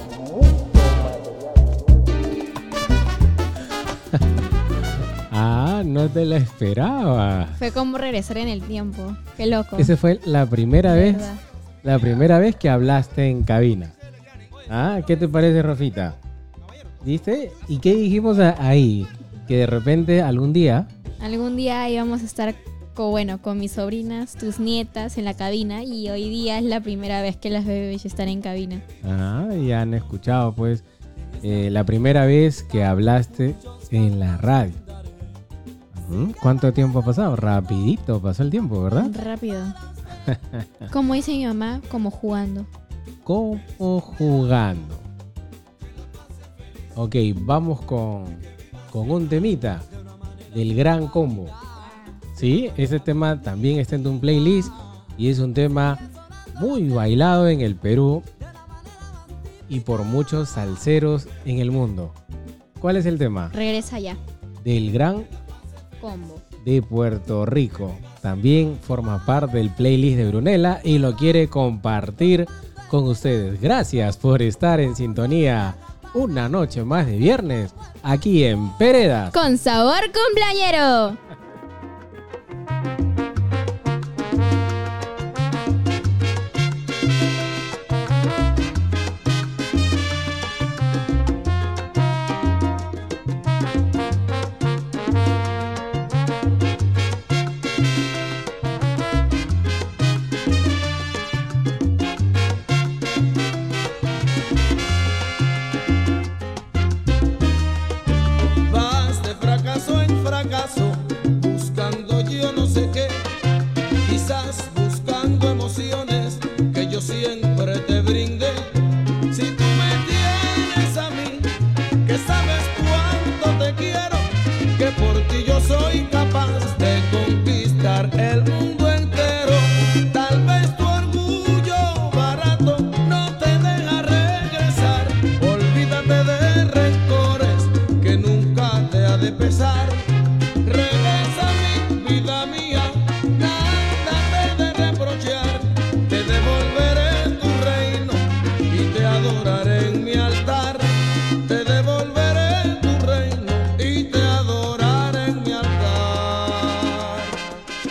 Ah, no te la esperaba. Fue como regresar en el tiempo. Qué loco. Esa fue la primera vez, ¿Verdad? la primera vez que hablaste en cabina. Ah, ¿qué te parece, Rafita? ¿Viste? ¿Y qué dijimos a- ahí? Que de repente algún día, Algún día íbamos a estar con, bueno, con mis sobrinas, tus nietas en la cabina y hoy día es la primera vez que las bebés están en cabina. ah, ya han escuchado, pues, eh, la primera vez que hablaste en la radio. Ujú. ¿Cuánto tiempo ha pasado? Rapidito pasó el tiempo, ¿verdad? Rápido. Como dice mi mamá, como jugando. Como jugando. Ok, vamos con, con un temita del Gran Combo. Sí, ese tema también está en un playlist y es un tema muy bailado en el Perú y por muchos salseros en el mundo. ¿Cuál es el tema? Regresa ya. Del Gran Combo. de Puerto Rico. También forma parte del playlist de Brunela y lo quiere compartir con ustedes. Gracias por estar en sintonía. Una noche más de viernes aquí en Peredas. Con sabor cumpleañero.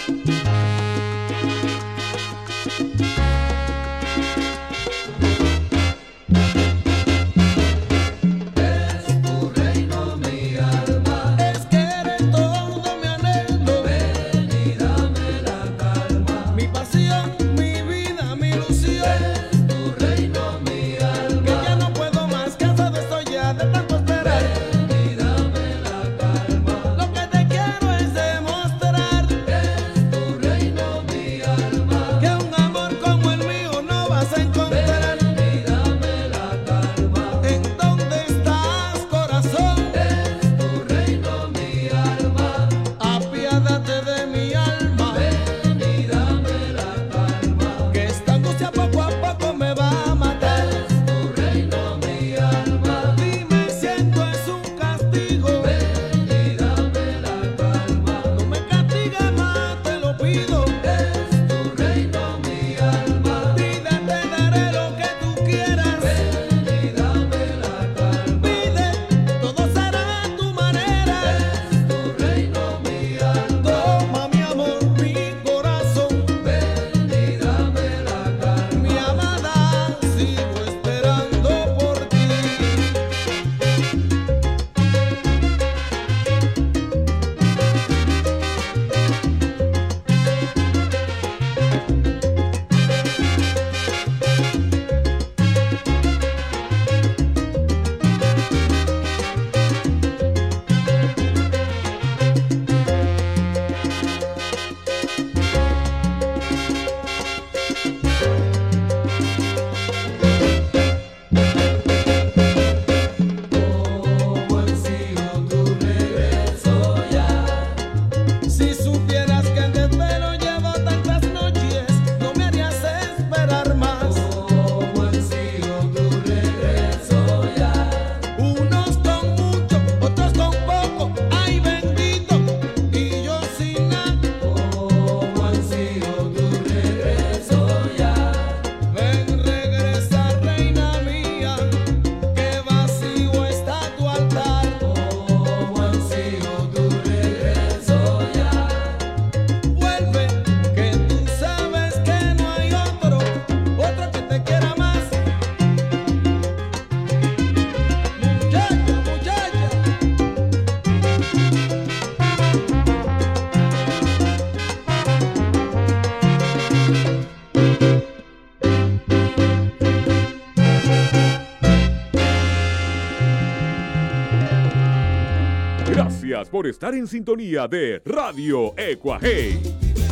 Gracias por estar en sintonía de Radio Ecuajei.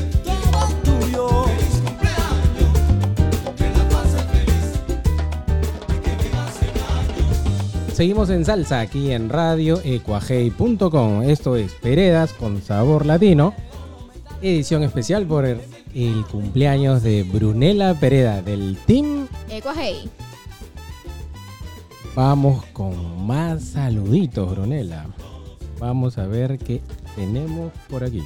Seguimos en salsa aquí en radio ecuajei punto com. Esto es Peredas con Sabor Latino, edición especial por el, el cumpleaños de Brunella Pereda del Team Ecuajei. Vamos con más saluditos, Brunella. Vamos a ver qué tenemos por aquí.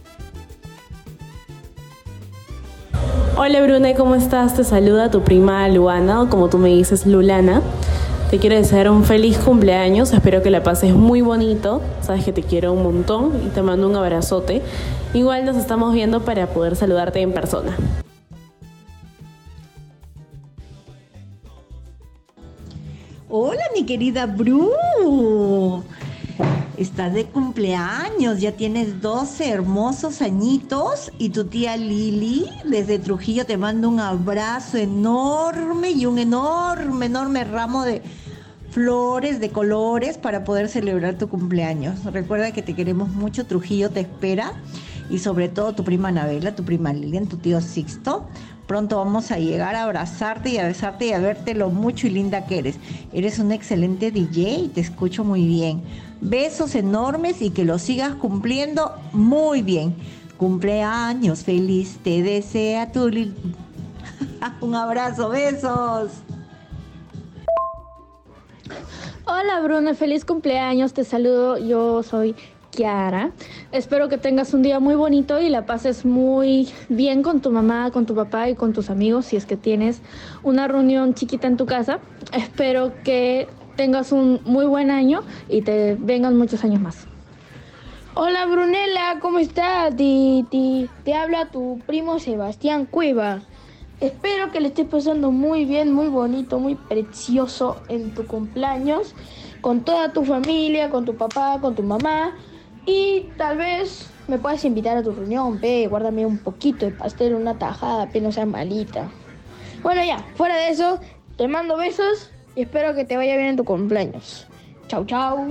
Hola Brune, ¿cómo estás? Te saluda tu prima Luana, o como tú me dices, Lulana. Te quiero desear un feliz cumpleaños, espero que la pases muy bonito. Sabes que te quiero un montón y te mando un abrazote. Igual nos estamos viendo para poder saludarte en persona. Hola mi querida Bru, estás de cumpleaños, ya tienes doce hermosos añitos y tu tía Lili desde Trujillo te manda un abrazo enorme y un enorme, enorme ramo de flores de colores para poder celebrar tu cumpleaños. Recuerda que te queremos mucho, Trujillo te espera y sobre todo tu prima Anabela, tu prima Lilian, tu tío Sixto. Pronto vamos a llegar a abrazarte y a besarte y a verte lo mucho y linda que eres. Eres un excelente D J y te escucho muy bien. Besos enormes y que lo sigas cumpliendo muy bien. Cumpleaños feliz, te desea tu Lil... Un abrazo, besos. Hola Bruno, feliz cumpleaños, te saludo, yo soy Kiara. Espero que tengas un día muy bonito y la pases muy bien con tu mamá, con tu papá y con tus amigos, si es que tienes una reunión chiquita en tu casa. Espero que tengas un muy buen año y te vengan muchos años más. Hola Brunella, ¿cómo estás? Te, te, te habla tu primo Sebastián Cueva. Espero que le estés pasando muy bien, muy bonito, muy precioso en tu cumpleaños, con toda tu familia, con tu papá, con tu mamá, y tal vez me puedas invitar a tu reunión, ve, guárdame un poquito de pastel, una tajada, que no sea malita. Bueno, ya, fuera de eso, te mando besos y espero que te vaya bien en tu cumpleaños. Chau, chau.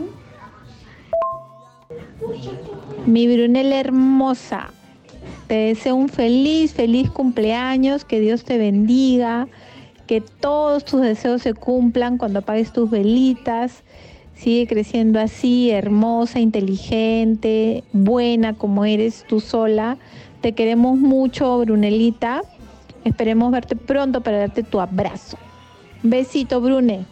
Mi Brunella hermosa, te deseo un feliz, feliz cumpleaños, que Dios te bendiga, que todos tus deseos se cumplan cuando apagues tus velitas. Sigue creciendo así, hermosa, inteligente, buena como eres tú sola. Te queremos mucho, Brunelita. Esperemos verte pronto para darte tu abrazo. Besito, Brune.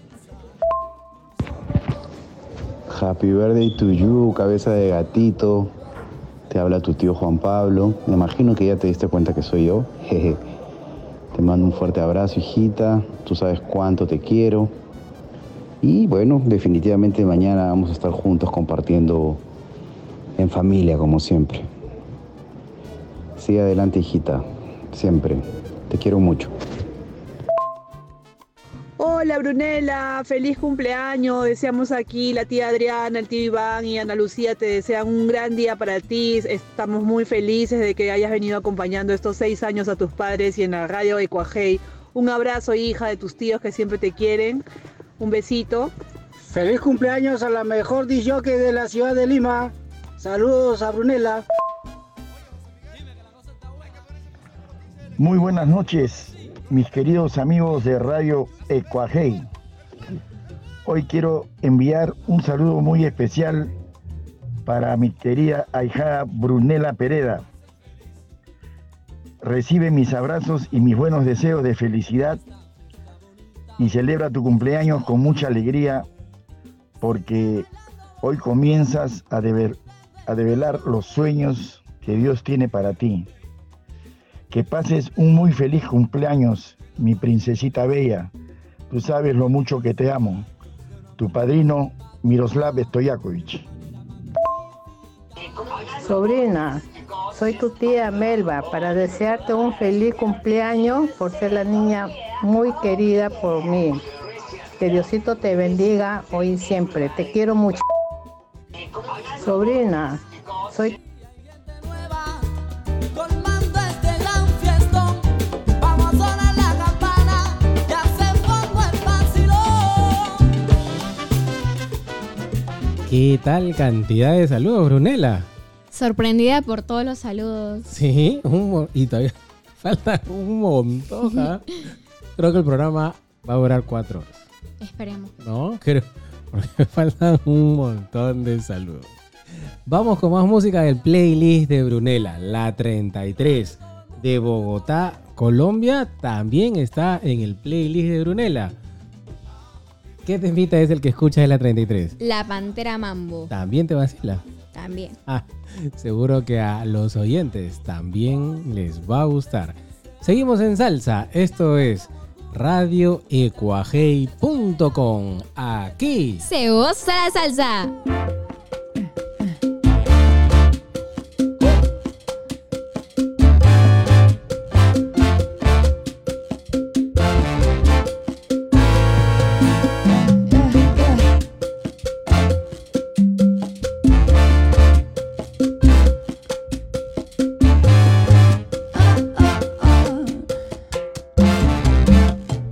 Happy birthday to you, cabeza de gatito. Te habla tu tío Juan Pablo. Me imagino que ya te diste cuenta que soy yo. Jeje. Te mando un fuerte abrazo, hijita. Tú sabes cuánto te quiero. Y bueno, definitivamente mañana vamos a estar juntos compartiendo en familia, como siempre. Sigue adelante, hijita. Siempre. Te quiero mucho. Hola Brunella, feliz cumpleaños. Deseamos aquí la tía Adriana, el tío Iván y Ana Lucía te desean un gran día para ti. Estamos muy felices de que hayas venido acompañando estos seis años a tus padres y en la radio Ecuajei. Un abrazo, hija, de tus tíos que siempre te quieren. Un besito. Feliz cumpleaños a la mejor disc jockey de la ciudad de Lima. Saludos a Brunella. Muy buenas noches, mis queridos amigos de Radio Ecuajei. Hoy quiero enviar un saludo muy especial para mi querida ahijada Brunella Pereda. Recibe mis abrazos y mis buenos deseos de felicidad y celebra tu cumpleaños con mucha alegría, porque hoy comienzas a, deber, a develar los sueños que Dios tiene para ti. Que pases un muy feliz cumpleaños, mi princesita bella. Tú sabes lo mucho que te amo. Tu padrino, Miroslav Stojakovic. Sobrina, soy tu tía Melba para desearte un feliz cumpleaños por ser la niña muy querida por mí. Que Diosito te bendiga hoy y siempre. Te quiero mucho. Sobrina, soy... ¿Qué tal cantidad de saludos, Brunella? Sorprendida por todos los saludos. Sí, un mo- y todavía falta un montón. ¿Ah? Creo que el programa va a durar cuatro horas. Esperemos. ¿No? Creo, porque faltan un montón de saludos. Vamos con más música del playlist de Brunella. La treinta y tres de Bogotá, Colombia, también está en el playlist de Brunella. ¿Qué temita es el que escuchas de la treinta y tres? La Pantera Mambo. ¿También te vacila? También. Ah, seguro que a los oyentes también les va a gustar. Seguimos en salsa. Esto es radio ecuajei punto com. Aquí se goza la salsa.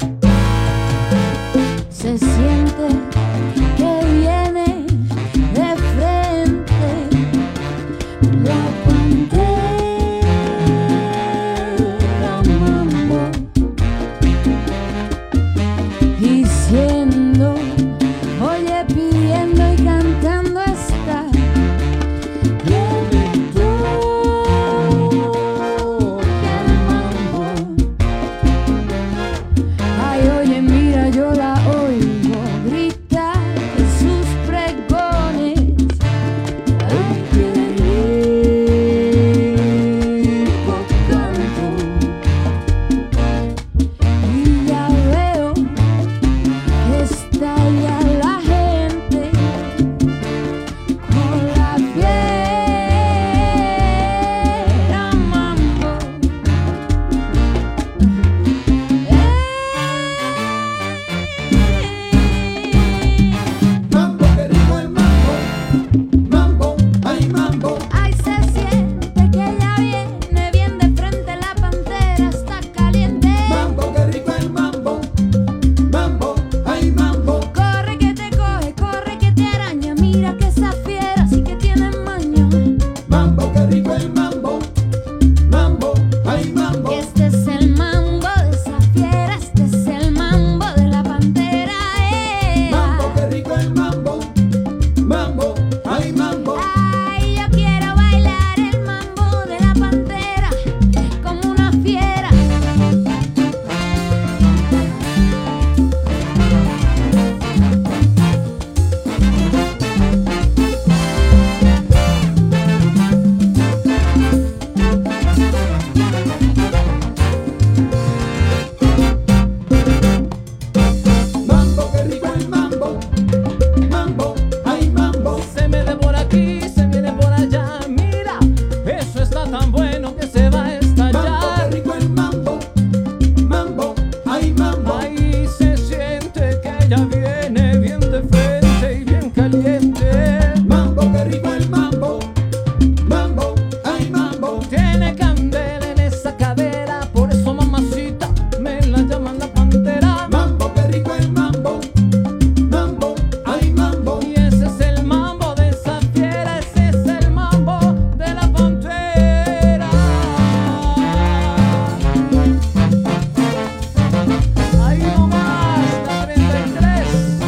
Se siente que viene de Mambo, qué rico el mambo. Mambo, ay mambo. Se me de por aquí, se me de por allá. Mira, eso está tan bueno que se va a estallar. Mambo, qué rico el mambo. Mambo, ay mambo. Ahí se siente que ya viene bien de frente y bien caliente. Mambo, qué rico el mambo. Mambo, ay mambo. Tiene candela en esa cadera, por eso mamacita me la llaman la pantera. Mambo, qué rico el mambo. Mambo, ay mambo. Y ese es el mambo de esa fiera, ese es el mambo de la pantera. Ahí nomás, la treinta y tres.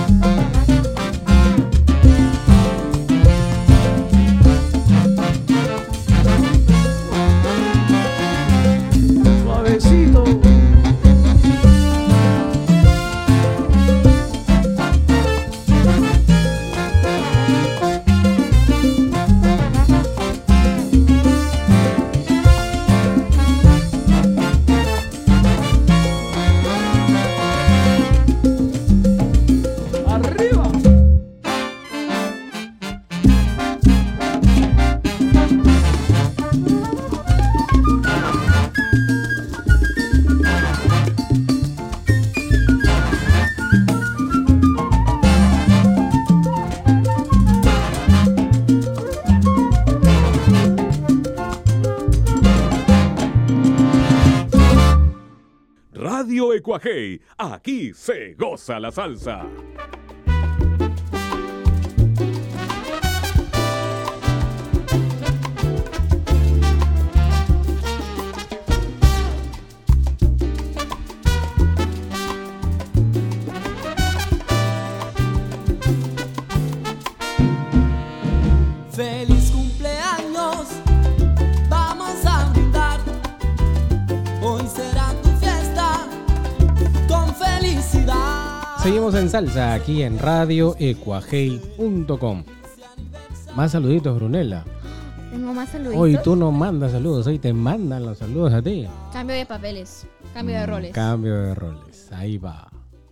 Suavecito. Arriba. Radio Ecuajei, aquí se goza la salsa. Feliz cumpleaños, vamos a brindar. Hoy será tu fiesta con felicidad. Seguimos en salsa aquí en radio ecuajei punto com. Más saluditos, Brunella. Tengo más saluditos. Hoy tú no mandas saludos, hoy te mandan los saludos a ti. Cambio de papeles, cambio de roles. Cambio de roles, ahí va.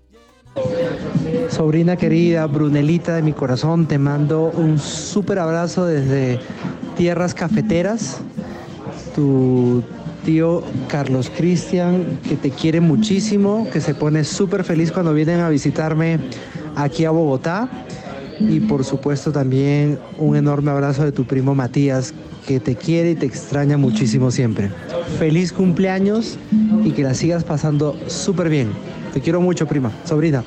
Sobrina querida, Brunelita de mi corazón, te mando un súper abrazo desde tierras cafeteras. Tu tío Carlos Cristian, que te quiere muchísimo, que se pone súper feliz cuando vienen a visitarme aquí a Bogotá. Y por supuesto también un enorme abrazo de tu primo Matías, que te quiere y te extraña muchísimo siempre. Feliz cumpleaños y que la sigas pasando súper bien. Te quiero mucho, prima, sobrina.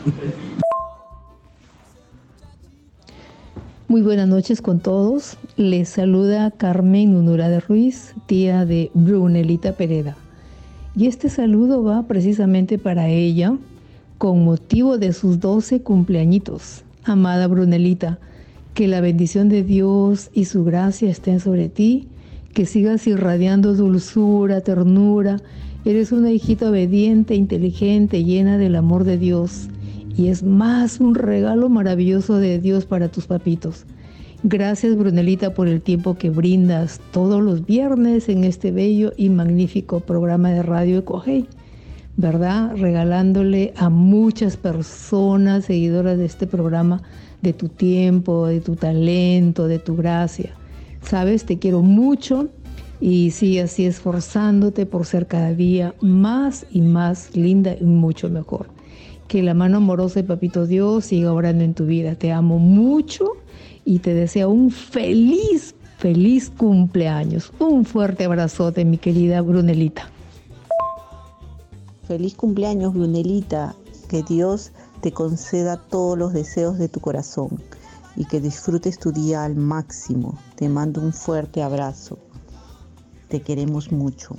Muy buenas noches con todos. Les saluda Carmen Nunura de Ruiz, tía de Brunelita Pereda. Y este saludo va precisamente para ella con motivo de sus doce cumpleañitos. Amada Brunelita, que la bendición de Dios y su gracia estén sobre ti, que sigas irradiando dulzura, ternura. Eres una hijita obediente, inteligente, llena del amor de Dios. Y es más un regalo maravilloso de Dios para tus papitos. Gracias, Brunelita, por el tiempo que brindas todos los viernes en este bello y magnífico programa de Radio Ecuajei, ¿verdad? Regalándole a muchas personas seguidoras de este programa de tu tiempo, de tu talento, de tu gracia. Sabes, te quiero mucho y sigue así esforzándote por ser cada día más y más linda y mucho mejor. Que la mano amorosa de Papito Dios siga obrando en tu vida. Te amo mucho y te deseo un feliz, feliz cumpleaños. Un fuerte abrazote, mi querida Brunelita. Feliz cumpleaños, Brunelita. Que Dios te conceda todos los deseos de tu corazón y que disfrutes tu día al máximo. Te mando un fuerte abrazo. Te queremos mucho.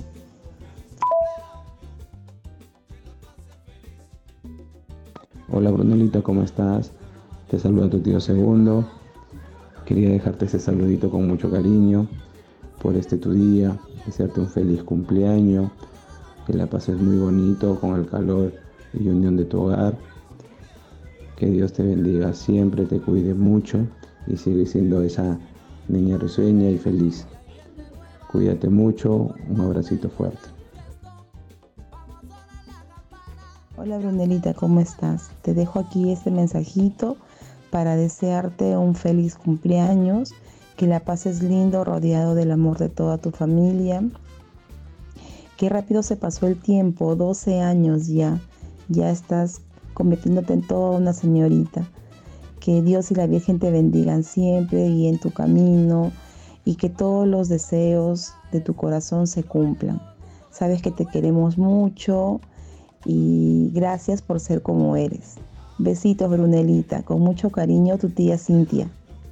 Hola Brunelita, ¿cómo estás? Te saluda tu tío Segundo. Quería dejarte ese saludito con mucho cariño por este tu día, desearte un feliz cumpleaños, que la pases muy bonito con el calor y unión de tu hogar. Que Dios te bendiga siempre, te cuide muche y sigue siendo esa niña risueña y feliz. Cuídate mucho, un abracito fuerte. Hola Brunelita, ¿cómo estás? Te dejo aquí este mensajito para desearte un feliz cumpleaños, que la pases lindo rodeado del amor de toda tu familia. Qué rápido se pasó el tiempo, doce años ya, ya estás convirtiéndote en toda una señorita. Que Dios y la Virgen te bendigan siempre y en tu camino, y que todos los deseos de tu corazón se cumplan. Sabes que te queremos mucho y gracias por ser como eres. Besitos, Brunelita, con mucho cariño, tu tía Cintia.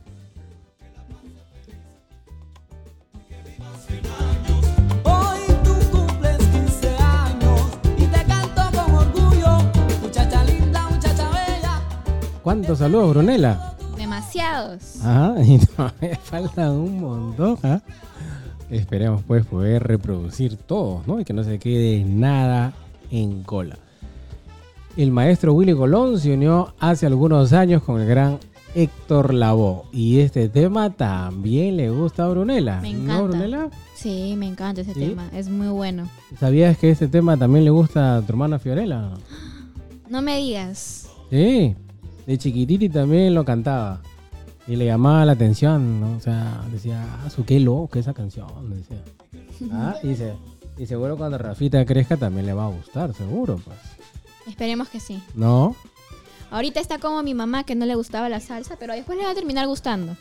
Hoy tú cumples quince años y te canto con orgullo, muchacha linda, muchacha bella. ¿Cuántos saludos, Brunela? Demasiados. Ajá, y todavía falta un montón. ¿Ah? Esperemos pues poder reproducir todos, ¿no? Y que no se quede nada en cola. El maestro Willy Colón se unió hace algunos años con el gran Héctor Lavoe. Y este tema también le gusta a Brunela. Me encanta. ¿No, Brunela? Sí, me encanta ese ¿Sí? tema. Es muy bueno. ¿Sabías que este tema también le gusta a tu hermana Fiorella? No me digas. Sí, de chiquititi también lo cantaba. Y le llamaba la atención, ¿no? O sea, decía, ah, su qué loco esa canción, decía. Ah, y, se, y seguro cuando Rafita crezca también le va a gustar, seguro, pues. Esperemos que sí. ¿No? Ahorita está como mi mamá, que no le gustaba la salsa, pero después le va a terminar gustando.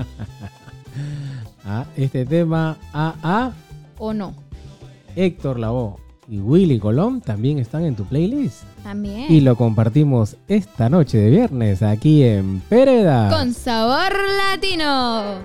Ah, este tema A A ¿O no? Héctor Lavoe y Willy Colón también están en tu playlist. También. Y lo compartimos esta noche de viernes aquí en Peredas. Con sabor latino.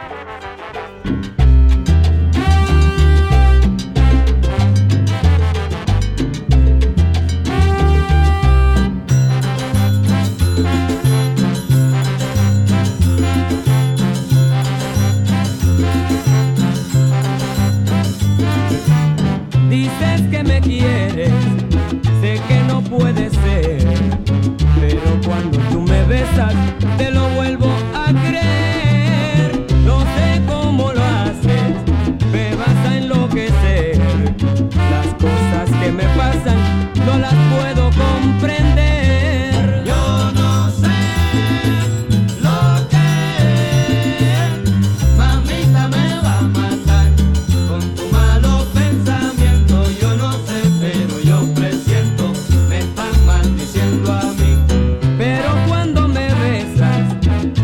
Dices que me quieres, sé que no puede ser, pero cuando tú me besas te lo vuelvo a creer. No sé cómo lo haces, me vas a enloquecer. Las cosas que me pasan no las puedo comprender. Yo no sé lo que es, mamita me va a matar con tu malo pensamiento. Yo no sé, pero yo presiento, me están maldiciendo a mí. Pero cuando me besas,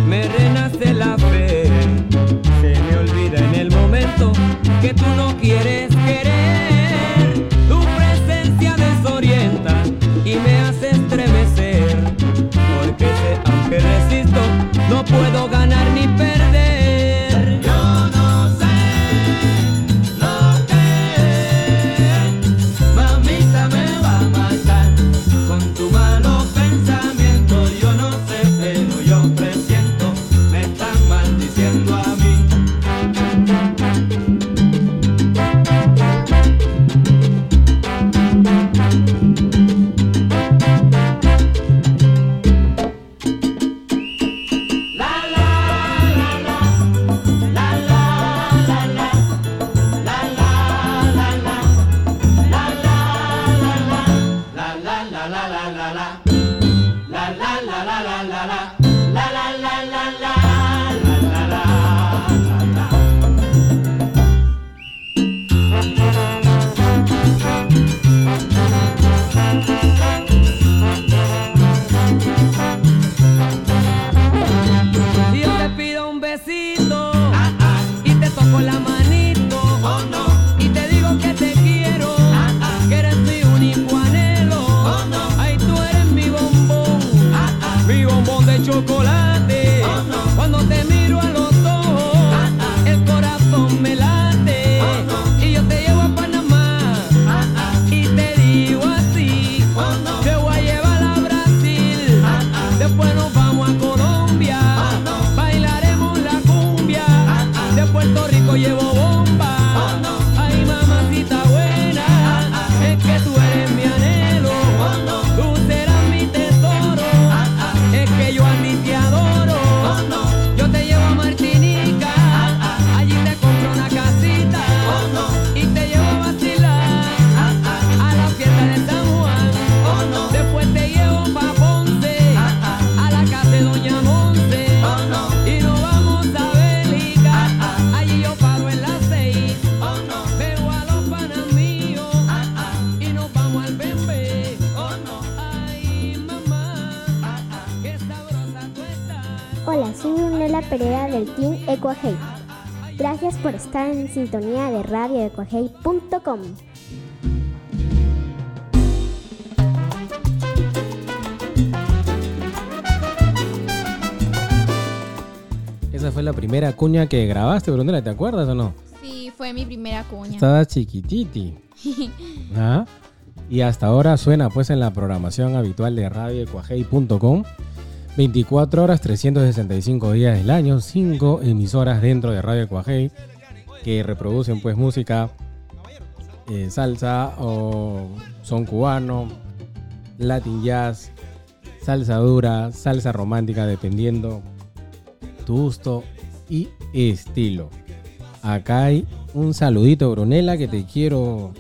Brunelita Pereda del Team Ecuajei. Gracias por estar en sintonía de radio ecuajei punto com. Esa fue la primera cuña que grabaste, Brunella, ¿te acuerdas o no? Sí, fue mi primera cuña. Estaba chiquititi. ¿Ah? Y hasta ahora suena pues en la programación habitual de radio ecuajei punto com. veinticuatro horas, trescientos sesenta y cinco días del año, cinco emisoras dentro de Radio Ecuajei que reproducen pues música, eh, salsa o son cubano, latin jazz, salsa dura, salsa romántica, dependiendo tu gusto y estilo. Acá hay un saludito, Brunella, que te quiero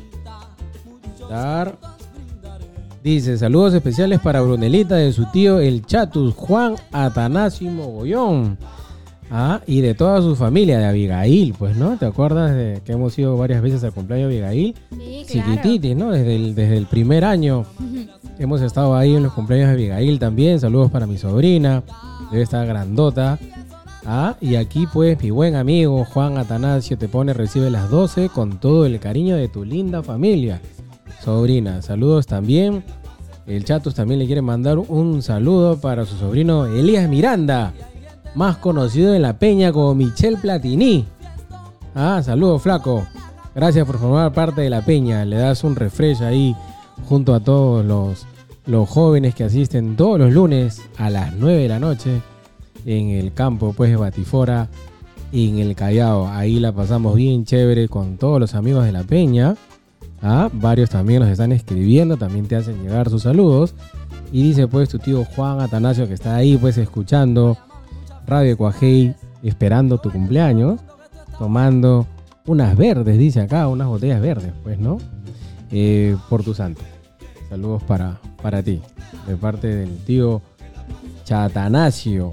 dar. Dice, saludos especiales para Brunelita de su tío el Chatus, Juan Atanasio Mogollón. Ah, y de toda su familia, de Abigail, pues, ¿no? ¿Te acuerdas de que hemos ido varias veces al cumpleaños de Abigail? Sí, claro. Chiquititis, ¿no? Desde el, desde el primer año hemos estado ahí en los cumpleaños de Abigail también. Saludos para mi sobrina, debe estar grandota. Ah, y aquí pues mi buen amigo Juan Atanasio te pone, recibe las doce con todo el cariño de tu linda familia. Sobrina, saludos también. El Chatus también le quiere mandar un saludo para su sobrino Elías Miranda, más conocido en la peña como Michel Platini. Ah, saludos, flaco. Gracias por formar parte de la peña. Le das un refresh ahí junto a todos los, los jóvenes que asisten todos los lunes a las nueve de la noche en el campo pues de Batifora, en el Callao. Ahí la pasamos bien chévere con todos los amigos de la peña. Ah, varios también nos están escribiendo, también te hacen llegar sus saludos. Y dice pues tu tío Juan Atanasio que está ahí pues escuchando Radio Ecuajei, esperando tu cumpleaños, tomando unas verdes, dice acá, unas botellas verdes, pues, ¿no? Eh, por tu santo. Saludos para, para ti, de parte del tío Chatanasio.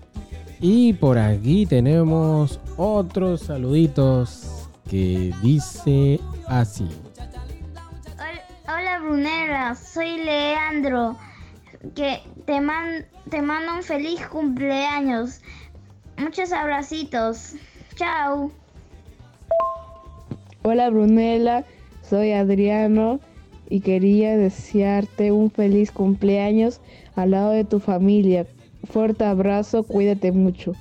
Y por aquí tenemos otros saluditos que dice así. Hola Brunella, soy Leandro, que te, man, te mando un feliz cumpleaños. Muchos abracitos. Chao. Hola Brunella, soy Adriano y quería desearte un feliz cumpleaños al lado de tu familia. Fuerte abrazo, cuídate mucho.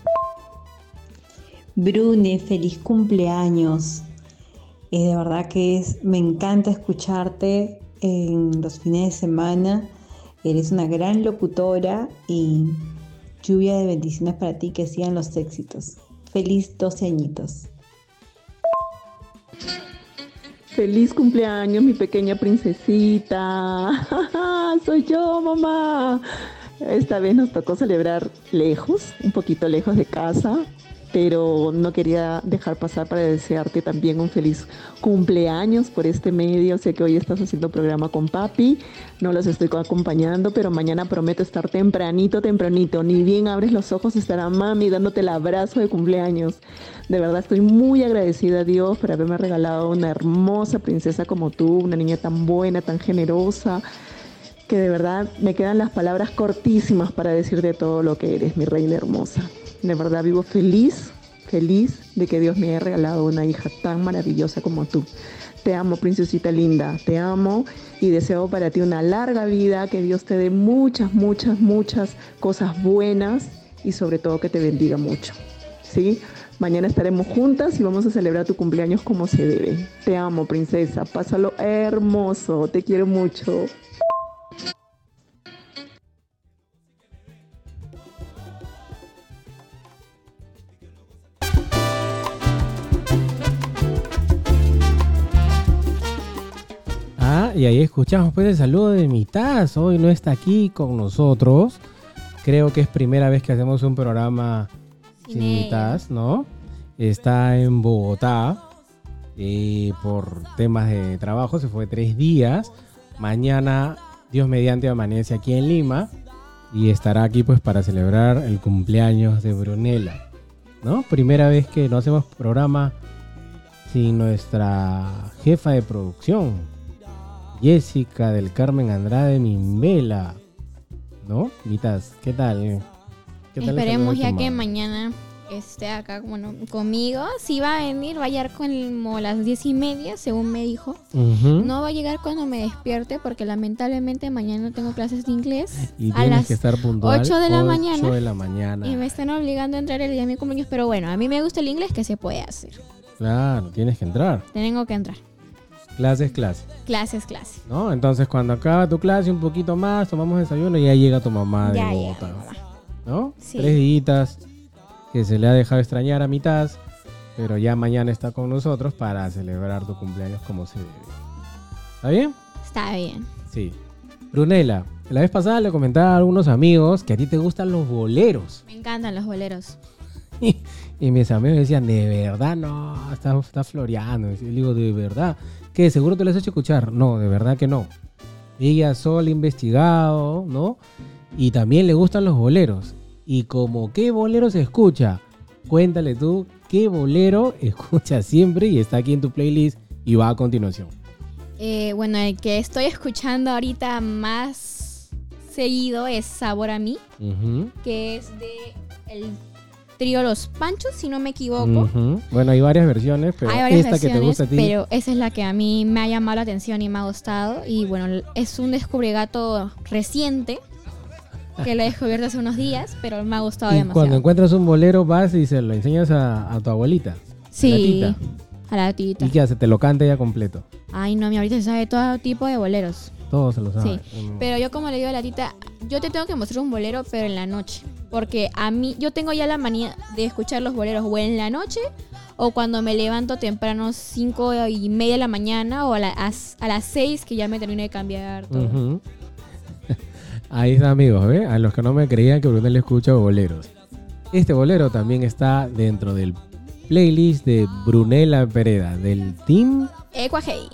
Brune, feliz cumpleaños. Y de verdad que es, me encanta escucharte en los fines de semana. Eres una gran locutora y lluvia de bendiciones para ti, que sigan los éxitos. Feliz doce añitos. Feliz cumpleaños, mi pequeña princesita. Soy yo, mamá. Esta vez nos tocó celebrar lejos, un poquito lejos de casa, pero no quería dejar pasar para desearte también un feliz cumpleaños por este medio. Sé que hoy estás haciendo programa con papi, no los estoy acompañando, pero mañana prometo estar tempranito, tempranito. Ni bien abres los ojos estará mami dándote el abrazo de cumpleaños. De verdad estoy muy agradecida a Dios por haberme regalado una hermosa princesa como tú, una niña tan buena, tan generosa, que de verdad me quedan las palabras cortísimas para decirte todo lo que eres, mi reina hermosa. De verdad vivo feliz, feliz de que Dios me haya regalado una hija tan maravillosa como tú. Te amo, princesita linda, te amo y deseo para ti una larga vida, que Dios te dé muchas, muchas, muchas cosas buenas y sobre todo que te bendiga mucho, ¿sí? Mañana estaremos juntas y vamos a celebrar tu cumpleaños como se debe. Te amo, princesa, pásalo hermoso, te quiero mucho. Y ahí escuchamos pues el saludo de mi Taz. Hoy no está aquí con nosotros. Creo que es primera vez que hacemos un programa sin mi Taz, ¿no? Está en Bogotá eh, por temas de trabajo. Se fue tres días. Mañana, Dios mediante, amanece aquí en Lima y estará aquí pues para celebrar el cumpleaños de Brunella, ¿no? Primera vez que no hacemos programa sin nuestra jefa de producción, Jessica del Carmen Andrade Mimbela, ¿no? Mitas, ¿qué tal? ¿Qué tal Esperemos está ya tu que mamá? mañana esté acá bueno, conmigo. Si va a venir, va a llegar como las diez y media, según me dijo. Ujú. No va a llegar cuando me despierte porque lamentablemente mañana tengo clases de inglés Y a tienes las que estar puntual. ocho de la mañana. ocho de la mañana. Y me están obligando a entrar el día de mi cumpleaños. Pero bueno, a mí me gusta el inglés, que se puede hacer. Claro, tienes que entrar. Tengo que entrar. Clases, clases. Clases, clases. ¿No? Entonces, cuando acaba tu clase un poquito más, tomamos desayuno y ya llega tu mamá de Ya llega Bogotá. mi mamá. ¿No? Sí. Tres días que se le ha dejado extrañar a mitad, pero ya mañana está con nosotros para celebrar tu cumpleaños como se debe. ¿Está bien? Está bien. Sí. Brunella, la vez pasada le comentaba a algunos amigos que a ti te gustan los boleros. Me encantan los boleros. Y mis amigos decían, de verdad, no, está, está floreando. Y le digo, de verdad, ¿qué? ¿Seguro te lo has hecho escuchar? No, de verdad que no. Ella sola ha investigado, ¿no? Y también le gustan los boleros. Y como qué bolero se escucha, cuéntale tú qué bolero escucha siempre y está aquí en tu playlist y va a continuación. Eh, bueno, el que estoy escuchando ahorita más seguido es Sabor a mí, Ujú, que es de el trío Los Panchos, si no me equivoco. ujú. Bueno, hay varias versiones, pero Hay varias esta versiones, que te gusta a ti. pero esa es la que a mí me ha llamado la atención y me ha gustado. Y bueno, es un descubrigato reciente que lo he descubierto hace unos días, pero me ha gustado Y demasiado. cuando encuentras un bolero vas y se lo enseñas a, a tu abuelita. Sí, la tita. a la tita. ¿Y qué hace? Te lo canta ya completo. Ay, no, mi ahorita se sabe todo tipo de boleros. Todos se lo saben. Sí, Mm. pero yo como le digo a la tita, yo te tengo que mostrar un bolero, pero en la noche. Porque a mí, yo tengo ya la manía de escuchar los boleros o en la noche o cuando me levanto temprano, cinco y media de la mañana o a, la- a, a las seis que ya me termino de cambiar todo. Ujú. Ahí está, amigos, ¿ve? A los que no me creían que Brunella escucha boleros. Este bolero también está dentro del playlist de Brunella Pereda, del Team. Ecuajei.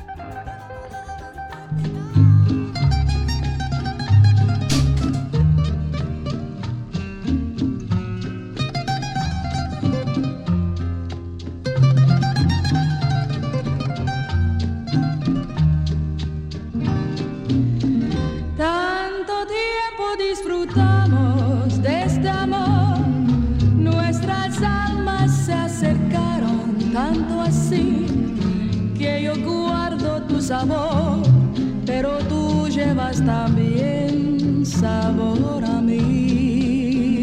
Tanto tiempo disfrutamos de este amor, nuestras almas se acercaron tanto así que yo guardo tu sabor, pero tú llevas también sabor a mí.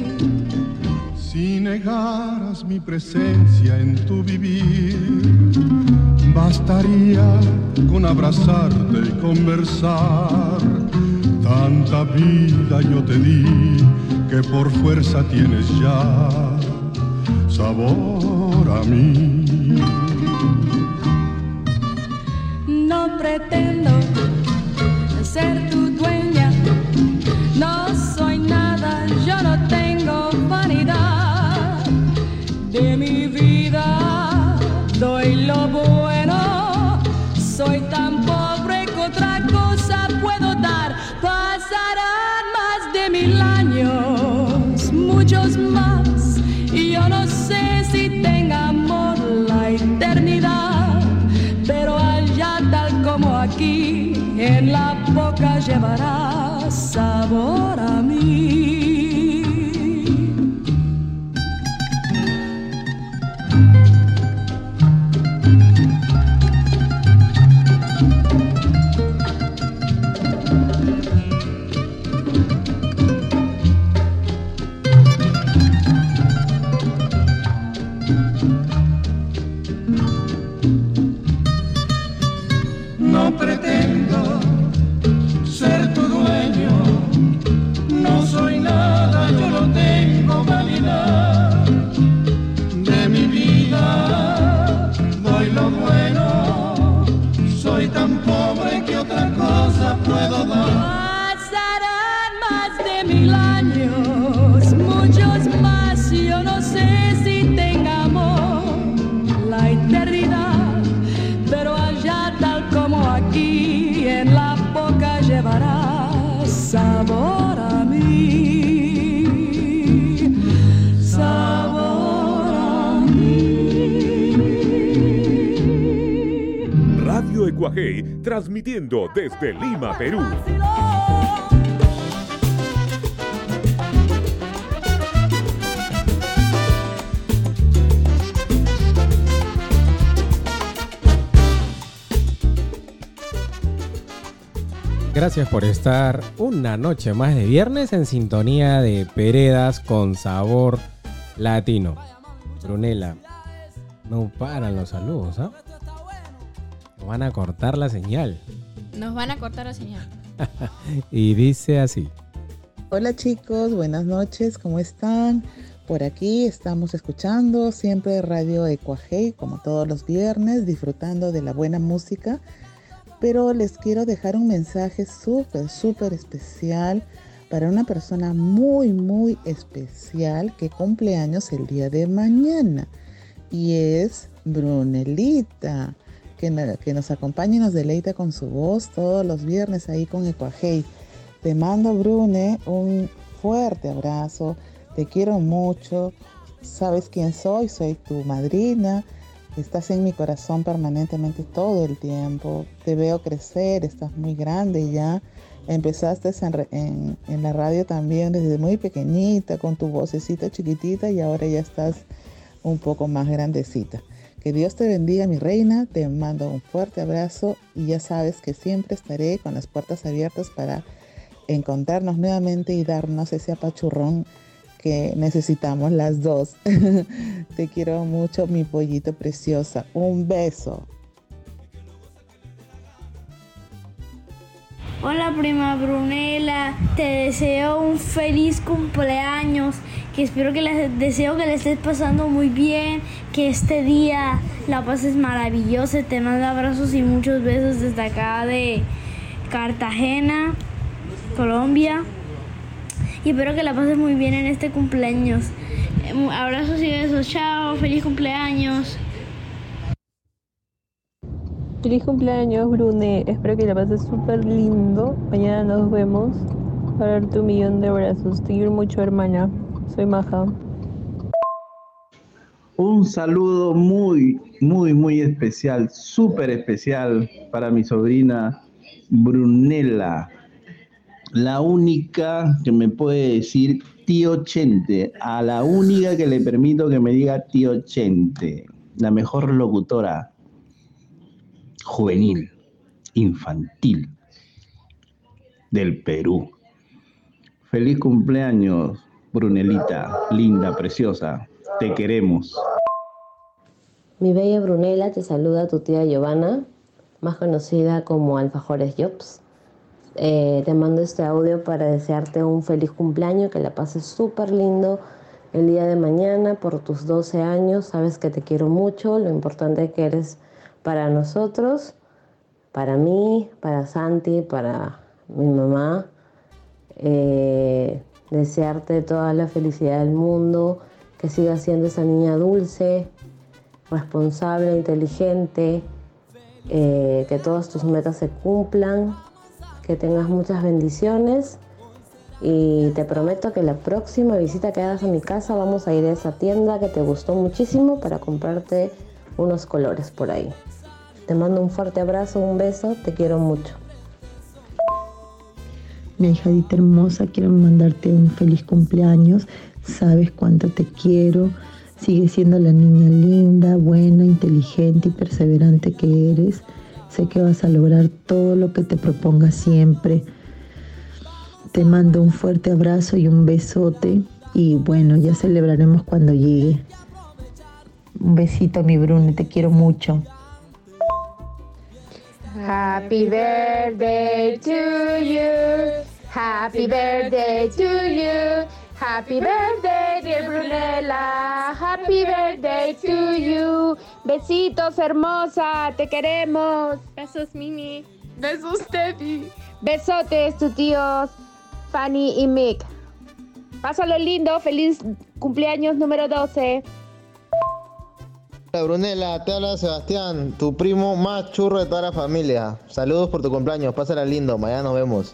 Si negaras mi presencia en tu vivir, bastaría con abrazarte y conversar. Tanta vida yo te di que por fuerza tienes ya sabor a mí. No pretendo ser tu dueña, no soy nada, yo no tengo vanidad de mi vida, doy lo bueno, soy tan pobre que otra cosa puedo dar. Pasarán más de mil años, muchos más, y yo no sé si tenga amor la eternidad, pero allá tal como aquí, en la boca llevarás sabor a mí. No pretendo ser tu dueño, no soy nada, yo no tengo vanidad de mi vida, doy lo bueno, soy tan pobre que otra cosa puedo dar. Pasarán más de mil años, muchos más, yo no sé si tenga amor la eternidad, pero allá tal como aquí, en la boca llevarás sabor a mí, sabor a mí. Radio Ecuajei, transmitiendo desde Lima, Perú. Gracias por estar una noche más de viernes en sintonía de Peredas con Sabor Latino. Brunella, no paran los saludos, ¿ah? ¿eh? Nos van a cortar la señal. Nos van a cortar la señal. Y dice así. Hola chicos, buenas noches, ¿cómo están? Por aquí estamos escuchando siempre Radio Ecuajei, como todos los viernes, disfrutando de la buena música. Pero les quiero dejar un mensaje súper, súper especial para una persona muy, muy especial que cumple años el día de mañana. Y es Brunelita, que, que nos acompaña y nos deleita con su voz todos los viernes ahí con Ecuajei. Te mando, Brune, un fuerte abrazo. Te quiero mucho. Sabes quién soy, soy tu madrina. Estás en mi corazón permanentemente todo el tiempo. Te veo crecer, estás muy grande ya. Empezaste en, en, en la radio también desde muy pequeñita, con tu vocecita chiquitita, y ahora ya estás un poco más grandecita. Que Dios te bendiga, mi reina. Te mando un fuerte abrazo y ya sabes que siempre estaré con las puertas abiertas para encontrarnos nuevamente y darnos ese apachurrón que necesitamos las dos. Te quiero mucho, mi pollito preciosa. Un beso. Hola prima Brunella, te deseo un feliz cumpleaños, que espero que les deseo que le estés pasando muy bien, que este día la pases maravillosa. Te mando abrazos y muchos besos desde acá de Cartagena, Colombia. Y espero que la pases muy bien en este cumpleaños. Abrazos y besos. Chao. Feliz cumpleaños. Feliz cumpleaños, Brune. Espero que la pases súper lindo. Mañana nos vemos para darte un millón de abrazos. Te quiero mucho, hermana. Soy Maja. Un saludo muy, muy, muy especial, súper especial para mi sobrina Brunella. La única que me puede decir tío Chente, a la única que le permito que me diga tío Chente, la mejor locutora juvenil, infantil del Perú. Feliz cumpleaños, Brunelita, linda, preciosa, te queremos. Mi bella Brunella, te saluda tu tía Giovanna, más conocida como Alfajores Jobs. Eh, te mando este audio para desearte un feliz cumpleaños, que la pases súper lindo el día de mañana por tus doce años. Sabes que te quiero mucho, lo importante que eres para nosotros, para mí, para Santi, para mi mamá. Eh, desearte toda la felicidad del mundo, que sigas siendo esa niña dulce, responsable, inteligente, eh, que todas tus metas se cumplan, que tengas muchas bendiciones, y te prometo que la próxima visita que hagas a mi casa vamos a ir a esa tienda que te gustó muchísimo para comprarte unos colores por ahí. Te mando un fuerte abrazo, un beso, te quiero mucho. Mi hijadita hermosa, quiero mandarte un feliz cumpleaños. Sabes cuánto te quiero. Sigues siendo la niña linda, buena, inteligente y perseverante que eres. Sé que vas a lograr todo lo que te propongas siempre. Te mando un fuerte abrazo y un besote. Y bueno, ya celebraremos cuando llegue. Un besito, mi Brune, te quiero mucho. Happy birthday to you. Happy birthday to you. Happy birthday, dear Brunella. Happy birthday to you. Besitos, hermosa. Te queremos. Besos, Mimi. Besos, Tepi. Besotes, tus tíos Fanny y Mick. Pásalo lindo. Feliz cumpleaños número doce. Hola Brunella, te habla Sebastián, tu primo más churro de toda la familia. Saludos por tu cumpleaños, pásala lindo, mañana nos vemos.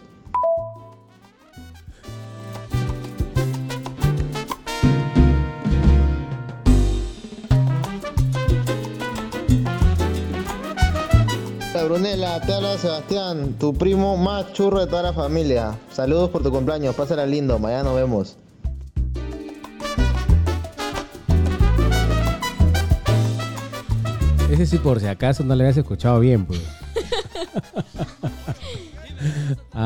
Hola Brunella, te habla Sebastián, tu primo más churro de toda la familia. Saludos por tu cumpleaños, pásala lindo, mañana nos vemos. Ese sí, por si acaso no le habías escuchado bien, pues.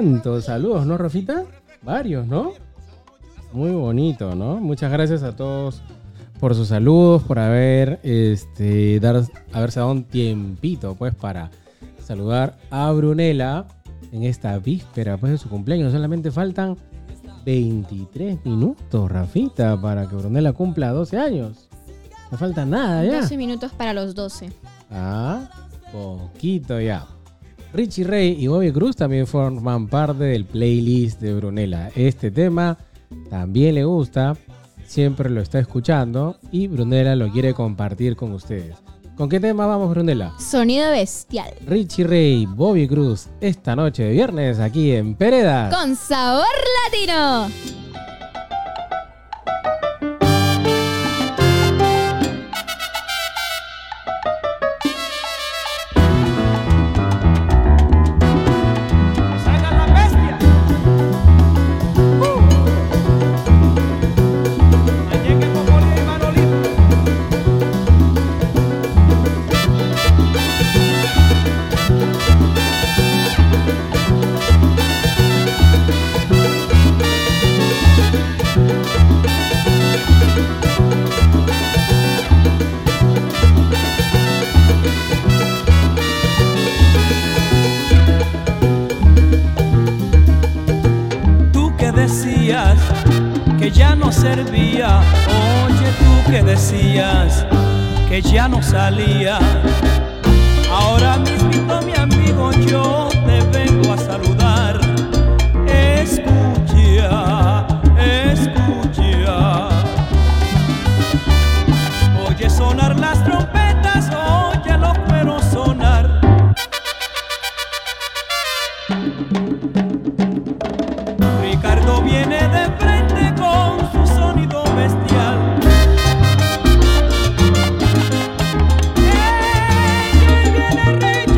¿Cuántos saludos, no, Rafita? Varios, ¿no? Muy bonito, ¿no? Muchas gracias a todos por sus saludos, por haber, este, dar, haberse dado un tiempito, pues, para saludar a Brunella en esta víspera, pues, de su cumpleaños. Solamente faltan veintitrés minutos, Rafita, para que Brunella cumpla doce años. No falta nada ya. doce minutos para los doce. Ah, poquito ya. Richie Ray y Bobby Cruz también forman parte del playlist de Brunella. Este tema también le gusta, siempre lo está escuchando y Brunella lo quiere compartir con ustedes. ¿Con qué tema vamos, Brunella? Sonido bestial. Richie Ray, Bobby Cruz, esta noche de viernes aquí en Peredas. Con sabor latino. Que ya no servía, oye tú que decías que ya no salía. Ahora mismo mi amigo yo te vengo a saludar. Escucha, escucha. Oye sonar las trompetas, oye lo pero sonar. Ricardo viene de frente con su sonido bestial. ¡Ey, ahí viene Richie!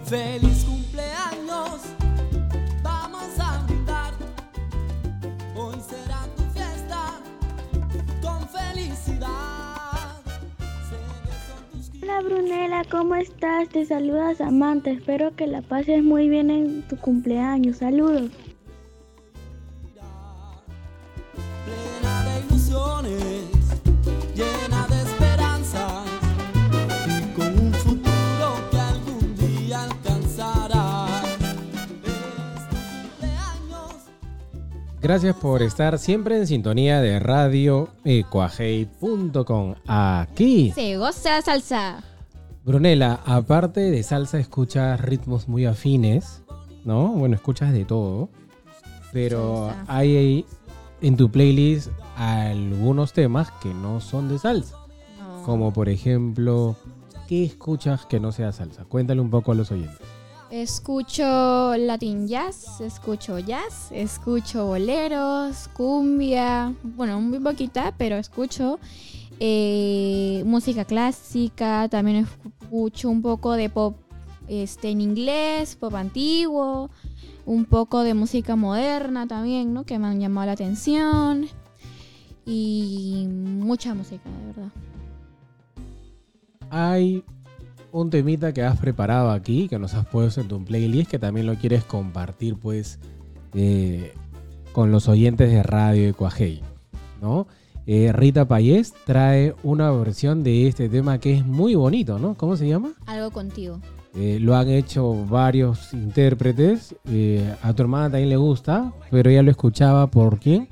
Feliz cumpleaños, vamos a brindar. Hoy será tu fiesta con felicidad. Hola Brunella, ¿cómo estás? Te saluda Samantha, espero que la pases muy bien en tu cumpleaños. Saludos. Plena de ilusiones, llena de esperanzas, con un futuro que algún día alcanzarás. Gracias por estar siempre en sintonía de radio ecuajei punto com. Aquí, Se goza salsa. Brunella, aparte de salsa, escuchas ritmos muy afines, ¿no? Bueno, escuchas de todo, pero Salsa. hay ahí en tu playlist algunos temas que no son de salsa. No. Como por ejemplo, ¿qué escuchas que no sea salsa? Cuéntale un poco a los oyentes. Escucho Latin Jazz, escucho jazz, escucho boleros, cumbia, bueno, muy poquita, pero escucho eh, música clásica, también escucho un poco de pop este, en inglés, pop antiguo, un poco de música moderna también, ¿no? Que me han llamado la atención y mucha música, de verdad. Hay un temita que has preparado aquí, que nos has puesto en tu playlist, que también lo quieres compartir, pues, eh, con los oyentes de Radio Ecuajei, ¿no? Eh, Rita Payés trae una versión de este tema que es muy bonito, ¿no? ¿Cómo se llama? Algo contigo. Eh, lo han hecho varios intérpretes. Eh, a tu hermana también le gusta, pero ella lo escuchaba por ¿quién?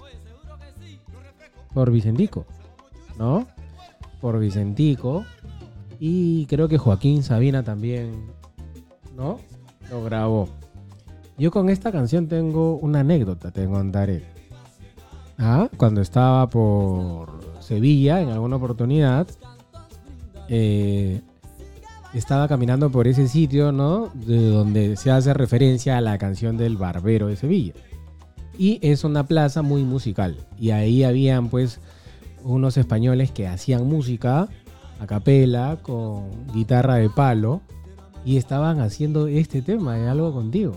Por Vicentico, ¿no? Por Vicentico. Y creo que Joaquín Sabina también, ¿no? Lo grabó. Yo con esta canción tengo una anécdota, te contaré. Ah, cuando estaba por Sevilla, en alguna oportunidad, eh, estaba caminando por ese sitio, ¿no? De donde se hace referencia a la canción del Barbero de Sevilla. Y es una plaza muy musical. Y ahí habían, pues, unos españoles que hacían música a capela, con guitarra de palo, y estaban haciendo este tema de Algo Contigo.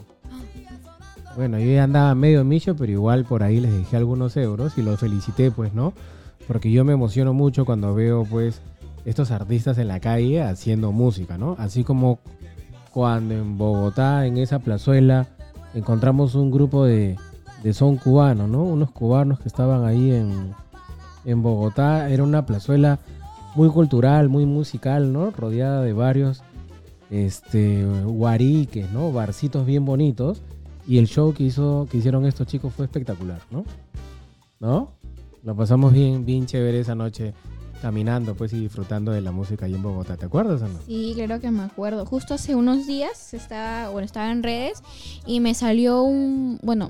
Bueno, yo ya andaba medio micho, pero igual por ahí les dejé algunos euros y los felicité, pues, ¿no? Porque yo me emociono mucho cuando veo, pues, estos artistas en la calle haciendo música, ¿no? Así como cuando en Bogotá, en esa plazuela, encontramos un grupo de, de son cubano, ¿no? Unos cubanos que estaban ahí en, en Bogotá. Era una plazuela muy cultural, muy musical, ¿no? Rodeada de varios este, guariques, ¿no? Barcitos bien bonitos. Y el show que, hizo, que hicieron estos chicos fue espectacular, ¿no? ¿No? Lo pasamos bien, bien chévere esa noche caminando, pues, y disfrutando de la música ahí en Bogotá. ¿Te acuerdas o no? Sí, claro que me acuerdo. Justo hace unos días estaba, bueno, estaba en redes y me salió un, bueno,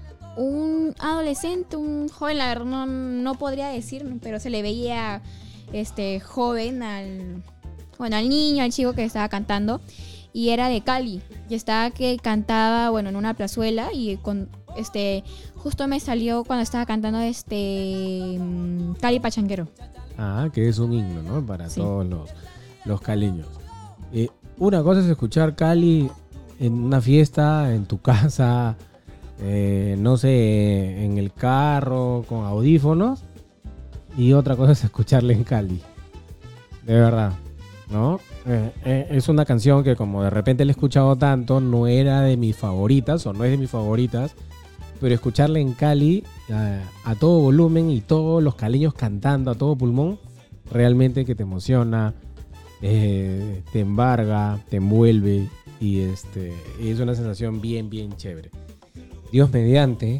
un adolescente, un joven, la verdad no, no podría decir, pero se le veía este joven al, bueno, al niño, al chico que estaba cantando, y era de Cali, y estaba que cantaba, bueno, en una plazuela, y con este justo me salió cuando estaba cantando este Cali Pachanguero. Ah, que es un himno, ¿no? Para Sí. todos los, los caleños. Eh, una cosa es escuchar Cali en una fiesta, en tu casa, eh, no sé, en el carro, con audífonos. Y otra cosa es escucharle en Cali. De verdad, ¿no? Eh, eh, es una canción que como de repente la he escuchado tanto, no era de mis favoritas o no es de mis favoritas. Pero escucharle en Cali a, a todo volumen y todos los caleños cantando a todo pulmón, realmente que te emociona, eh, te embarga, te envuelve y este, es una sensación bien, bien chévere. Dios mediante,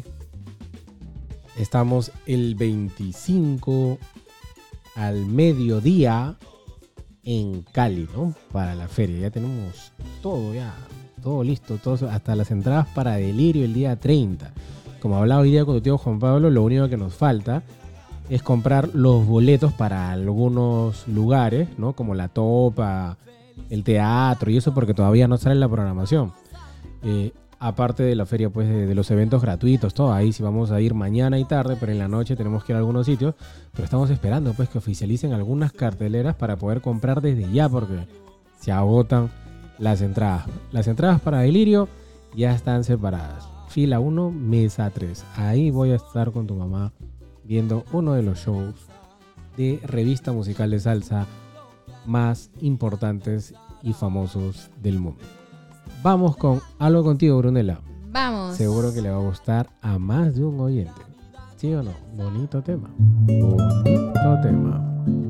estamos el veinticinco al mediodía en Cali, ¿no? Para la feria. Ya tenemos todo, ya, todo listo, todo, hasta las entradas para Delirio el día treinta. Como hablaba hoy día con tu tío Juan Pablo, lo único que nos falta es comprar los boletos para algunos lugares, ¿no? Como la Topa, el teatro y eso, porque todavía no sale la programación. Eh, aparte de la feria, pues, de, de los eventos gratuitos, todo ahí sí vamos a ir mañana y tarde, pero en la noche tenemos que ir a algunos sitios. Pero estamos esperando, pues, que oficialicen algunas carteleras para poder comprar desde ya, porque se agotan las entradas. Las entradas para Delirio ya están separadas. Fila uno, mesa tres. Ahí voy a estar con tu mamá viendo uno de los shows de revista musical de salsa más importantes y famosos del mundo. Vamos con Algo Contigo, Brunella. Vamos. Seguro que le va a gustar a más de un oyente. ¿Sí o no? Bonito tema. Bonito tema.